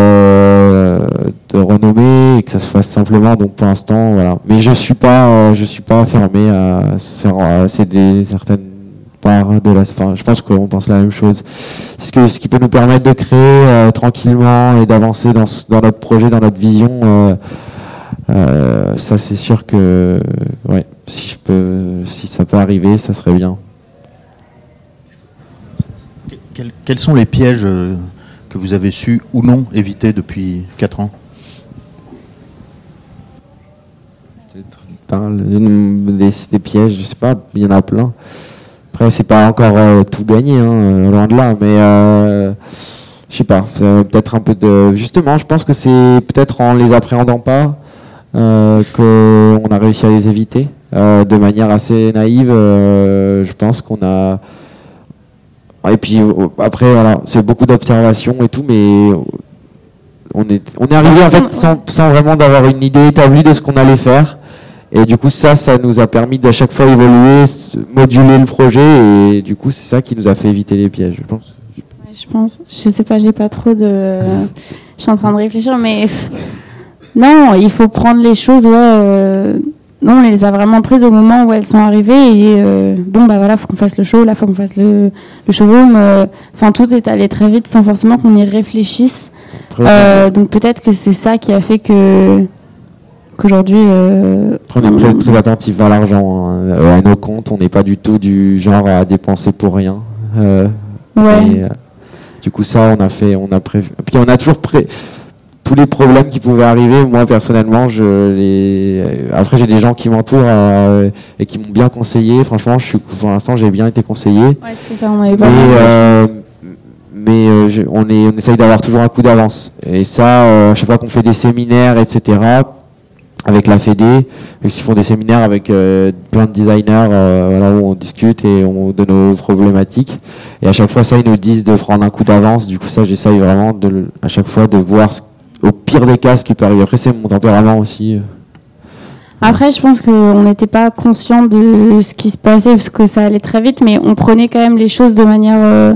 euh, de renommée et que ça se fasse simplement. Donc pour l'instant, voilà. Mais je suis pas, euh, je suis pas fermé à se faire à céder certaines parts de la. Enfin, je pense qu'on pense la même chose. Ce que, ce qui peut nous permettre de créer euh, tranquillement et d'avancer dans, ce- dans notre projet, dans notre vision. Euh, euh, ça, c'est sûr que, ouais, si je peux, si ça peut arriver, ça serait bien. Quels, quels sont les pièges euh, que vous avez su ou non éviter depuis quatre ans? Parle des, des pièges, je sais pas, il y en a plein. Après, c'est pas encore euh, tout gagné, hein, euh, loin de là, mais euh, je sais pas, c'est peut-être un peu de. Justement, je pense que c'est peut-être en les appréhendant pas, euh, qu'on a réussi à les éviter euh, de manière assez naïve. Euh, je pense qu'on a... Et puis après, voilà, c'est beaucoup d'observations et tout, mais on est, on est arrivé en fait sans, sans vraiment d'avoir une idée établie de ce qu'on allait faire. Et du coup, ça, ça nous a permis d'à chaque fois évoluer, moduler le projet, et du coup, c'est ça qui nous a fait éviter les pièges, je pense. Ouais, je pense. Je sais pas, j'ai pas trop de. Je suis en train de réfléchir, mais non, il faut prendre les choses. Ouais, euh... Non, on les a vraiment prises au moment où elles sont arrivées et euh, bon bah voilà, faut qu'on fasse le show, là faut qu'on fasse le, le showroom. Enfin euh, tout est allé très vite sans forcément qu'on y réfléchisse. Euh, donc peut-être que c'est ça qui a fait que qu'aujourd'hui. Euh, on est très, très attentif à l'argent, hein. euh, à nos comptes, on n'est pas du tout du genre à dépenser pour rien. Euh, ouais. Et, euh, du coup ça, on a fait, on a prévu. Puis on a toujours pré tous les problèmes qui pouvaient arriver, moi personnellement, je les... après j'ai des gens qui m'entourent euh, et qui m'ont bien conseillé. Franchement, je suis... pour l'instant, j'ai bien été conseillé. Ouais, c'est ça, on avait pas. Mais, euh, mais euh, je... on, est... on essaye d'avoir toujours un coup d'avance. Et ça, euh, chaque fois qu'on fait des séminaires, et cetera, avec la Fédé, ils font des séminaires avec euh, plein de designers, euh, voilà, où on discute et on donne nos problématiques. Et à chaque fois, ça, ils nous disent de prendre un coup d'avance. Du coup, ça, j'essaye vraiment de, à chaque fois de voir ce au pire des cas, ce qui peut arriver. Après, c'est mon tempérament aussi. Après, je pense qu'on n'était pas conscient de ce qui se passait, parce que ça allait très vite, mais on prenait quand même les choses de manière... Euh...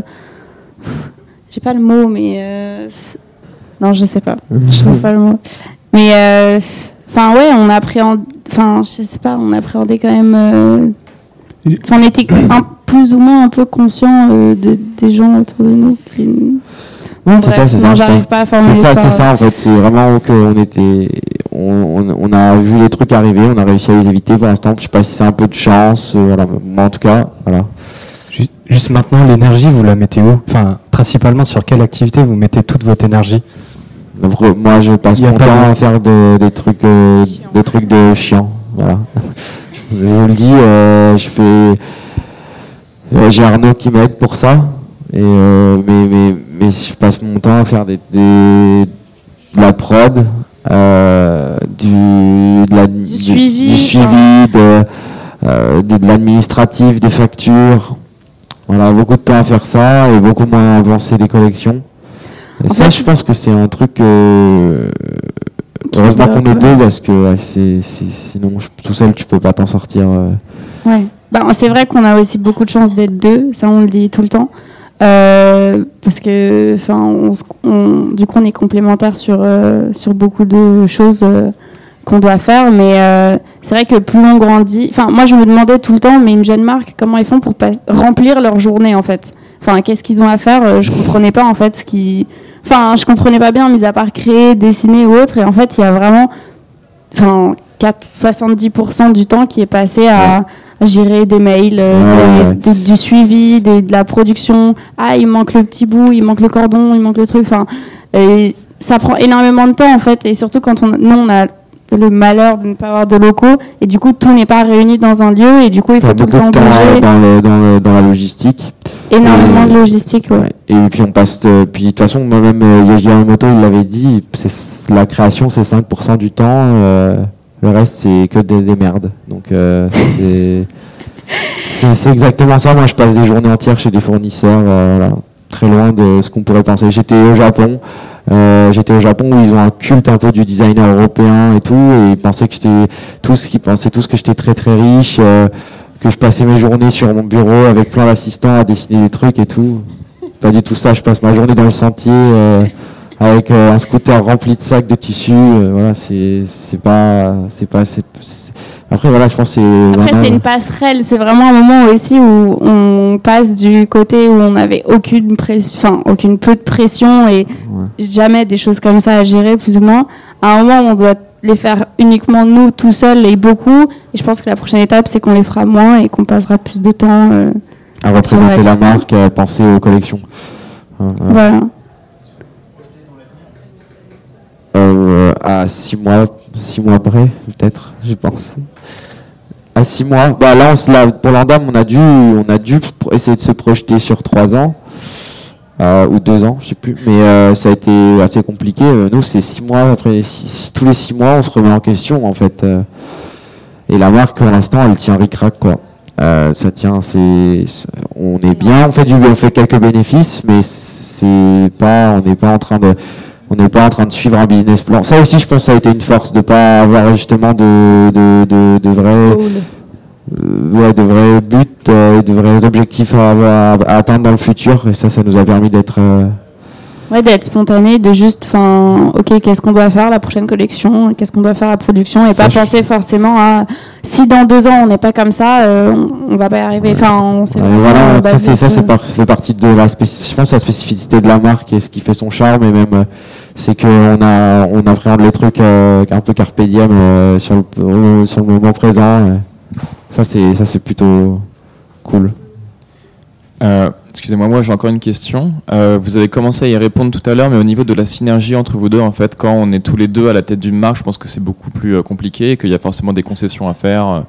J'ai pas le mot, mais... Euh... Non, je sais pas. Je trouve pas le mot. Mais... Enfin, euh... ouais, on appréhendait... Enfin, je sais pas, on appréhendait quand même... Euh... Enfin, on était un, plus ou moins un peu conscient euh, de, des gens autour de nous qui... Oui, c'est ça, c'est ça. J'arrive pas à formuler ça. C'est ça, c'est ça, en fait. C'est vraiment qu'on était, on, on, on a vu les trucs arriver, on a réussi à les éviter pour l'instant. Je sais pas si c'est un peu de chance, euh, voilà. Mais en tout cas, voilà. Juste, juste maintenant, l'énergie, vous la mettez où? Enfin, principalement sur quelle activité vous mettez toute votre énergie? Donc, moi, je passe mon temps de... à faire de, des trucs, euh, des trucs de chiants, voilà. Je vous le dis, euh, je fais, euh, j'ai Arnaud qui m'aide pour ça. Et euh, mais, mais, mais je passe mon temps à faire des, des, de la prod, euh, du, de la, du suivi, du suivi de, euh, de, de l'administratif, des factures. Voilà, beaucoup de temps à faire ça et beaucoup moins à avancer des collections. Et en ça, fait, je pense que c'est un truc... Euh, heureusement qu'on est deux, parce que ouais, c'est, c'est, sinon, tout seul, tu peux pas t'en sortir. Euh. Ouais. Bah, c'est vrai qu'on a aussi beaucoup de chance d'être deux, ça on le dit tout le temps. Euh, parce que, enfin, on, on, du coup, on est complémentaires sur euh, sur beaucoup de choses euh, qu'on doit faire, mais euh, c'est vrai que plus on grandit, enfin, moi, je me demandais tout le temps, mais une jeune marque, comment ils font pour pas remplir leur journée, en fait. Enfin, qu'est-ce qu'ils ont à faire? Je comprenais pas, en fait, ce qui, enfin, je comprenais pas bien, mis à part créer, dessiner ou autre, et en fait, il y a vraiment, enfin, soixante-dix pour cent du temps qui est passé à ouais. gérer des mails, euh, ouais, des, ouais. des, du suivi, des, de la production. Ah, il manque le petit bout, il manque le cordon, il manque le truc. Enfin, et ça prend énormément de temps en fait. Et surtout quand on, nous, on a le malheur de ne pas avoir de locaux et du coup tout n'est pas réuni dans un lieu et du coup il faut tout le temps bouger. Dans, le, dans, le, dans la logistique. Énormément et, de logistique, ouais. ouais. Et puis on passe, de, puis de toute façon moi-même euh, Yamamoto il l'avait dit, c'est, la création c'est cinq pour cent du temps. Euh, Le reste, c'est que des, des merdes. Donc, euh, c'est, c'est, c'est exactement ça. Moi, je passe des journées entières chez des fournisseurs, euh, voilà, très loin de ce qu'on pourrait penser. J'étais au Japon. Euh, j'étais au Japon où ils ont un culte un peu du designer européen et tout. Et ils pensaient que j'étais tous, qu'ils pensaient tous que j'étais très très riche, euh, que je passais mes journées sur mon bureau avec plein d'assistants à dessiner des trucs et tout. Pas du tout ça. Je passe ma journée dans le sentier. Euh, avec euh, un scooter rempli de sacs de tissus, euh, voilà, c'est c'est pas c'est pas c'est, c'est... Après voilà, je pense que c'est après vraiment... c'est une passerelle, c'est vraiment un moment aussi où on passe du côté où on n'avait aucune pression, enfin aucune peu de pression et ouais. jamais des choses comme ça à gérer plus ou moins, à un moment où on doit les faire uniquement nous tout seuls et beaucoup, et je pense que la prochaine étape c'est qu'on les fera moins et qu'on passera plus de temps euh, à représenter la marque, à penser aux collections. Voilà. voilà. Euh, à six mois, six mois après, peut-être, je pense. À six mois. Bah là, on se l'a, pour l'Andam, on a dû, on a dû essayer de se projeter sur trois ans. euh, ou deux ans, je sais plus. Mais euh, ça a été assez compliqué. Euh, nous, c'est six mois. Après, six, tous les six mois, on se remet en question, en fait. Euh, et la marque, pour l'instant, elle tient ric-rac, quoi. Euh, ça tient, c'est, on est bien, on fait du, on fait quelques bénéfices, mais c'est pas, on n'est pas en train de, on n'est pas en train de suivre un business plan. Ça aussi, je pense, que ça a été une force de pas avoir justement de, de, de, de vrais, Cool. euh, ouais, de vrais buts, euh, de vrais objectifs à, avoir- à atteindre dans le futur. Et ça, ça nous a permis d'être. euh, Ouais, d'être spontané, de juste, enfin, ok, qu'est-ce qu'on doit faire la prochaine collection, qu'est-ce qu'on doit faire la production, et Ça, pas je- penser forcément à si dans deux ans on n'est pas comme ça, euh, on, on va pas y arriver. Enfin, on s'est Ouais, vraiment, voilà, euh, ça basé c'est ça sur- c'est par- ça fait partie de la spéc- je pense la spécificité de la marque et ce qui fait son charme et même euh, c'est que on a on appréhende le truc euh, un peu carpe diem euh, sur le euh, sur le moment présent. euh. Ça c'est ça c'est plutôt cool. Euh, excusez-moi, moi j'ai encore une question. Euh, vous avez commencé à y répondre tout à l'heure, mais au niveau de la synergie entre vous deux, en fait, quand on est tous les deux à la tête d'une marque, je pense que c'est beaucoup plus euh, compliqué et qu'il y a forcément des concessions à faire.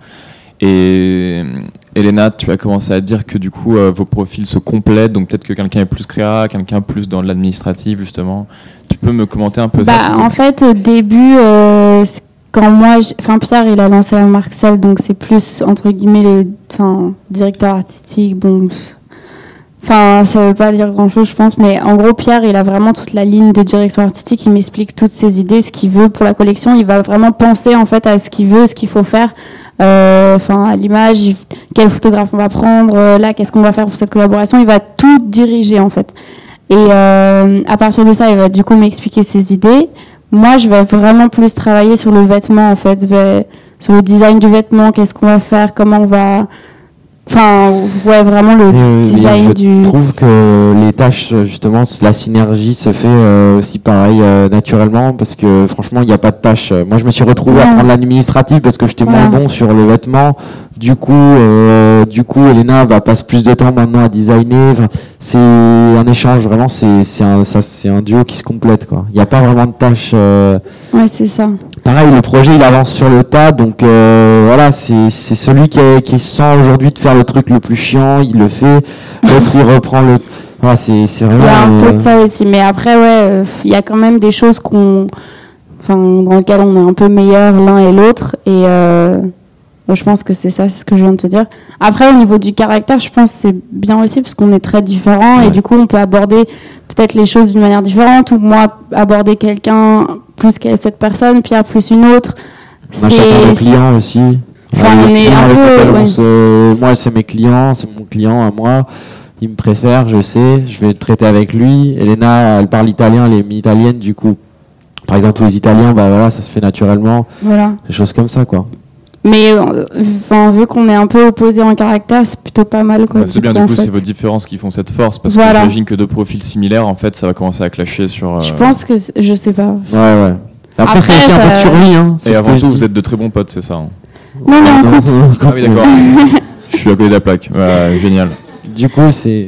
Et Elena, tu as commencé à dire que du coup euh, vos profils se complètent, donc peut-être que quelqu'un est plus créa, quelqu'un plus dans l'administratif justement. Tu peux me commenter un peu ça Bah, s'il te en plaît fait, au début, euh, c- quand moi, j'- enfin Pierre, il a lancé la marque seule, donc c'est plus entre guillemets le, enfin directeur artistique. Bon, pff, enfin ça veut pas dire grand chose, je pense, mais en gros, Pierre, il a vraiment toute la ligne de direction artistique. Il m'explique toutes ses idées, ce qu'il veut pour la collection. Il va vraiment penser en fait à ce qu'il veut, ce qu'il faut faire. Euh, Enfin, à l'image, il- quel photographe on va prendre, euh, là, qu'est-ce qu'on va faire pour cette collaboration. Il va tout diriger en fait. Et euh, à partir de ça, il va du coup m'expliquer ses idées. Moi, je vais vraiment plus travailler sur le vêtement, en fait, je vais- sur le design du vêtement, qu'est-ce qu'on va faire, comment on va... Enfin, ouais, vraiment le Et, euh, design je du... trouve que les tâches, justement, la synergie se fait euh, aussi pareil euh, naturellement parce que franchement, il n'y a pas de tâche. Moi, je me suis retrouvé à Non. prendre l'administratif parce que j'étais Voilà. moins bon sur le vêtement. Du coup, euh, du coup, Elena va passe plus de temps maintenant à designer. Enfin, c'est un échange, vraiment, c'est c'est un, ça, c'est un duo qui se complète, quoi. Il n'y a pas vraiment de tâches. euh, Ouais, c'est ça. Pareil, le projet il avance sur le tas, donc euh, voilà, c'est c'est celui qui, est- qui sent aujourd'hui de faire le truc le plus chiant, il le fait, l'autre il reprend le... Voilà, c'est c'est Il vraiment... y a un peu euh, de ça aussi, mais après, ouais, euh, il y a quand même des choses qu'on... Enfin, dans lesquelles on est un peu meilleurs l'un et l'autre, et... Euh... moi, je pense que c'est ça, c'est ce que je viens de te dire. Après, au niveau du caractère, je pense que c'est bien aussi parce qu'on est très différents Ouais. et du coup, on peut aborder peut-être les choses d'une manière différente ou moi aborder quelqu'un plus que cette personne, Pierre plus une autre. On a chacun nos clients aussi. Enfin, Ouais, on les est clients un avec peu, lesquels on ouais. se- Moi, c'est mes clients, c'est mon client à moi. Il me préfère, je sais, je vais le traiter avec lui. Elena, elle parle italien, elle est mi-italienne, du coup. Par exemple, les Italiens, bah voilà, ça se fait naturellement. Voilà. Des choses comme ça, quoi. Mais euh, enfin, vu qu'on est un peu opposés en caractère, c'est plutôt pas mal. Quoi, Bah, c'est bien, coup, du en coup, fait. c'est vos différences qui font cette force, parce Voilà. que j'imagine que deux profils similaires, en fait, ça va commencer à clasher sur... Je euh, pense que... c'est- Je sais pas. Ouais, ouais. Après, Après, c'est aussi un peu de ça- survie, hein. c'est Et ce avant que tout, je vous dis. êtes de très bons potes, c'est ça hein Non, non, Non, écoute, non, Ah oui, d'accord. Je suis à côté de la plaque. Ouais, génial. Du coup, c'est...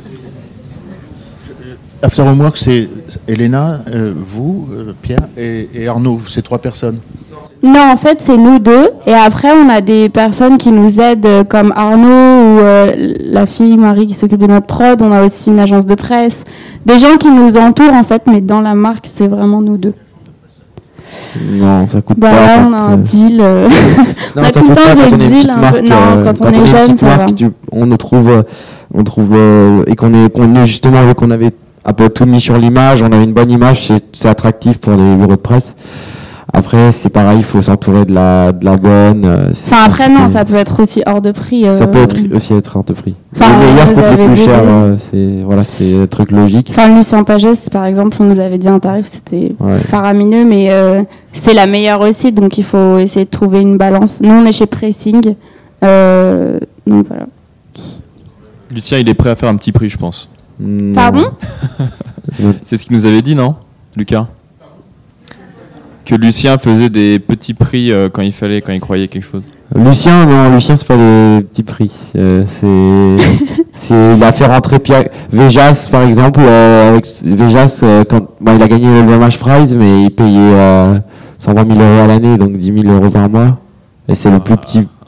After Homework, c'est Elena, euh, vous, euh, Pierre et, et Arnaud, ces trois personnes. non, en fait, c'est nous deux. Et après, on a des personnes qui nous aident, euh, comme Arnaud ou euh, la fille Marie qui s'occupe de notre prod. On a aussi une agence de presse. Des gens qui nous entourent, en fait, mais dans la marque, c'est vraiment nous deux. Non, ça coûte Bah pas. là, en on fait, a un euh. deal. euh, Non, on a ça tout le coûte temps pas des quand on est une deals petite un peu- marque, non, euh, quand on est une jeune, petite ça va. marque, tu- on nous trouve, euh, on trouve euh, et qu'on est, qu'on est justement, vu qu'on avait un peu tout mis sur l'image, on avait une bonne image, c'est, c'est attractif pour les bureaux de presse. Après, c'est pareil, il faut s'entourer de la, de la bonne. euh, c'est Enfin, après, non, compliqué. ça peut être aussi hors de prix. Ça euh, peut être aussi être hors de prix. Enfin, le on meilleur nous coûte avait le plus dit- cher, euh, c'est voilà, c'est un truc logique. Enfin, Lucien Pagès, par exemple, on nous avait dit un tarif, c'était Ouais. faramineux, mais euh, c'est la meilleure aussi, donc il faut essayer de trouver une balance. Nous, on est chez Pressing, euh, donc voilà. Lucien, il est prêt à faire un petit prix, je pense. Non. Pardon C'est ce qu'il nous avait dit, non, Lucas? Que Lucien faisait des petits prix euh, quand il fallait, quand il croyait quelque chose. Lucien, non, Lucien, c'est pas des petits prix. Euh, c'est, c'est, il a fait rentrer Pierre, Vejas, par exemple, euh, avec Vejas, euh, quand, bon, il a gagné le Blamash Prize, mais il payait euh, cent vingt mille euros à l'année, donc dix mille euros par mois. Et c'est le plus petit,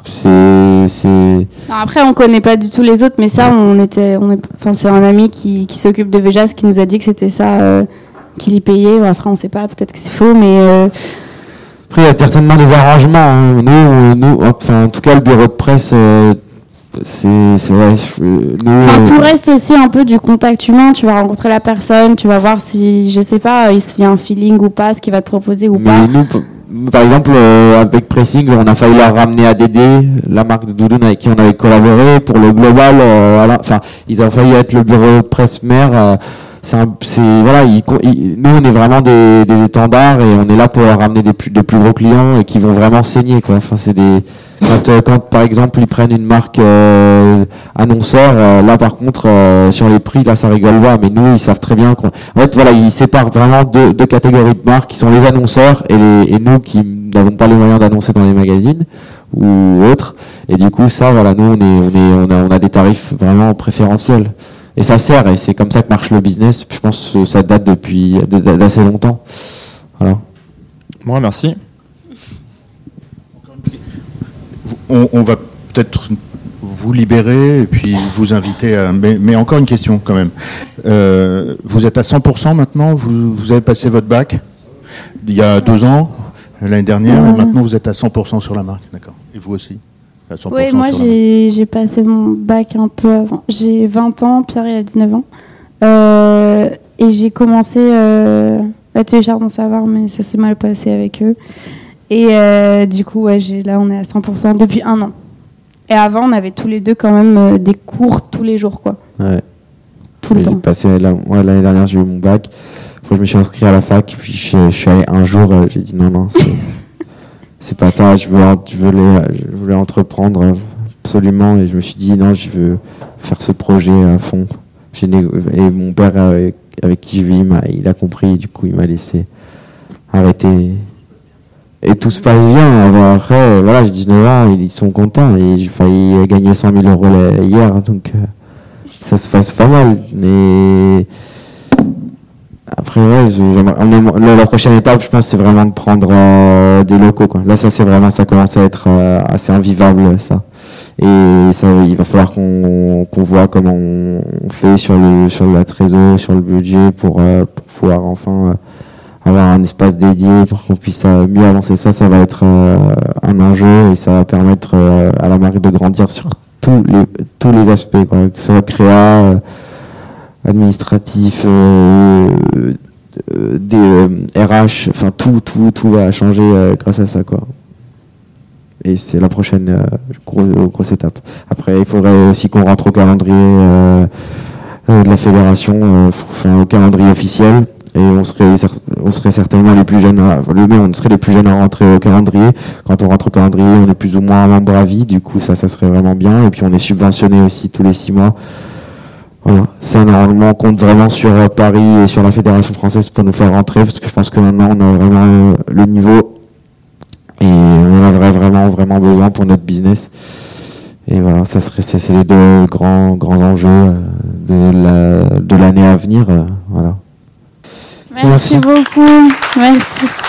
c'est, c'est... Non, après, on connaît pas du tout les autres, mais ça, on était, on est, enfin, c'est un ami qui, qui s'occupe de Vejas qui nous a dit que c'était ça euh, qu'il y payait. Après, on sait pas, peut-être que c'est faux, mais. Euh... Après, il y a certainement des arrangements. Hein. Nous, nous, enfin, en tout cas, le bureau de presse, euh, c'est, c'est vrai. Nous, enfin, euh... tout reste aussi un peu du contact humain. Tu vas rencontrer la personne, tu vas voir si, je sais pas, s'il y a un feeling ou pas, ce qu'il va te proposer ou mais pas. Nous, par exemple, euh, avec Pressing, on a failli leur ramener A D D, la marque de doudoune avec qui on avait collaboré pour le global. Euh, voilà. Enfin, ils ont failli être le bureau de presse mère. Euh, c'est, un, c'est voilà, ils, ils, nous on est vraiment des, des étendards et on est là pour leur ramener des plus, des plus gros clients et qui vont vraiment saigner, quoi. Enfin, c'est des quand, euh, quand par exemple ils prennent une marque euh, annonceur, euh, là par contre euh, sur les prix là ça rigole pas, mais nous ils savent très bien qu'on en fait voilà ils séparent vraiment deux, deux catégories de marques qui sont les annonceurs et, les, et nous qui n'avons pas les moyens d'annoncer dans les magazines ou autres, et du coup ça voilà nous on est on est on a on a des tarifs vraiment préférentiels et ça sert et c'est comme ça que marche le business. Je pense que ça date depuis d'assez longtemps. Voilà. Bon, merci. On, on va peut-être vous libérer et puis vous inviter à... Mais, mais encore une question quand même. Euh, vous êtes à cent pour cent maintenant, vous, vous avez passé votre bac il y a deux ans, l'année dernière, ouais. Et maintenant vous êtes à cent pour cent sur la marque, d'accord. Et vous aussi à cent pour cent Oui, moi j'ai, j'ai passé mon bac un peu avant. J'ai vingt ans, Pierre il a dix-neuf ans. Euh, et j'ai commencé euh, l'atelier Chardon Savoir, mais ça s'est mal passé avec eux. Et euh, du coup, ouais, j'ai, là, on est à cent pour cent depuis un an. Et avant, on avait tous les deux quand même euh, des cours tous les jours, quoi. Ouais. Tout le j'ai temps. Passé, là, ouais, l'année dernière, j'ai eu mon bac. Après, je me suis inscrit à la fac. Puis, je, je suis allé un jour. Euh, j'ai dit non, non, c'est, c'est pas ça. Je veux, je, veux les, je voulais entreprendre euh, absolument. Et je me suis dit non, je veux faire ce projet à fond. J'ai né- et mon père, avec, avec qui je vis, il, il a compris. Du coup, il m'a laissé arrêter. Et tout se passe bien. Après, voilà, j'ai dix-neuf ans, ils sont contents. Et j'ai failli gagner cent mille euros hier, donc euh, ça se passe pas mal. Mais après, ouais, je, la, la prochaine étape, je pense, c'est vraiment de prendre euh, des locaux, quoi. Là, ça, c'est vraiment, ça commence à être euh, assez invivable, ça. Et ça, il va falloir qu'on, qu'on voit comment on fait sur le, sur la trésor, sur le budget pour, euh, pour pouvoir enfin. Euh, avoir un espace dédié pour qu'on puisse euh, mieux avancer ça, ça va être euh, un enjeu et ça va permettre euh, à la marque de grandir sur tous les, tous les aspects, quoi, que ce soit créa, euh, administratif, euh, euh, des euh, R H, enfin tout, tout, tout va changer euh, grâce à ça, quoi. Et c'est la prochaine euh, grosse, grosse étape. Après, il faudrait aussi qu'on rentre au calendrier euh, euh, de la fédération, euh, enfin au calendrier officiel. Et on serait, on serait certainement les plus jeunes, à, le mieux, on serait les plus jeunes à rentrer au calendrier. Quand on rentre au calendrier, on est plus ou moins membre à vie, du coup ça, ça serait vraiment bien. Et puis on est subventionné aussi tous les six mois. Voilà, ça normalement on compte vraiment sur Paris et sur la fédération française pour nous faire rentrer, parce que je pense que maintenant on a vraiment le niveau et on en aurait vraiment vraiment besoin pour notre business. Et voilà, ça serait, c'est, c'est les deux grands grands enjeux de la, de l'année à venir. Voilà. Merci, Merci beaucoup. Merci.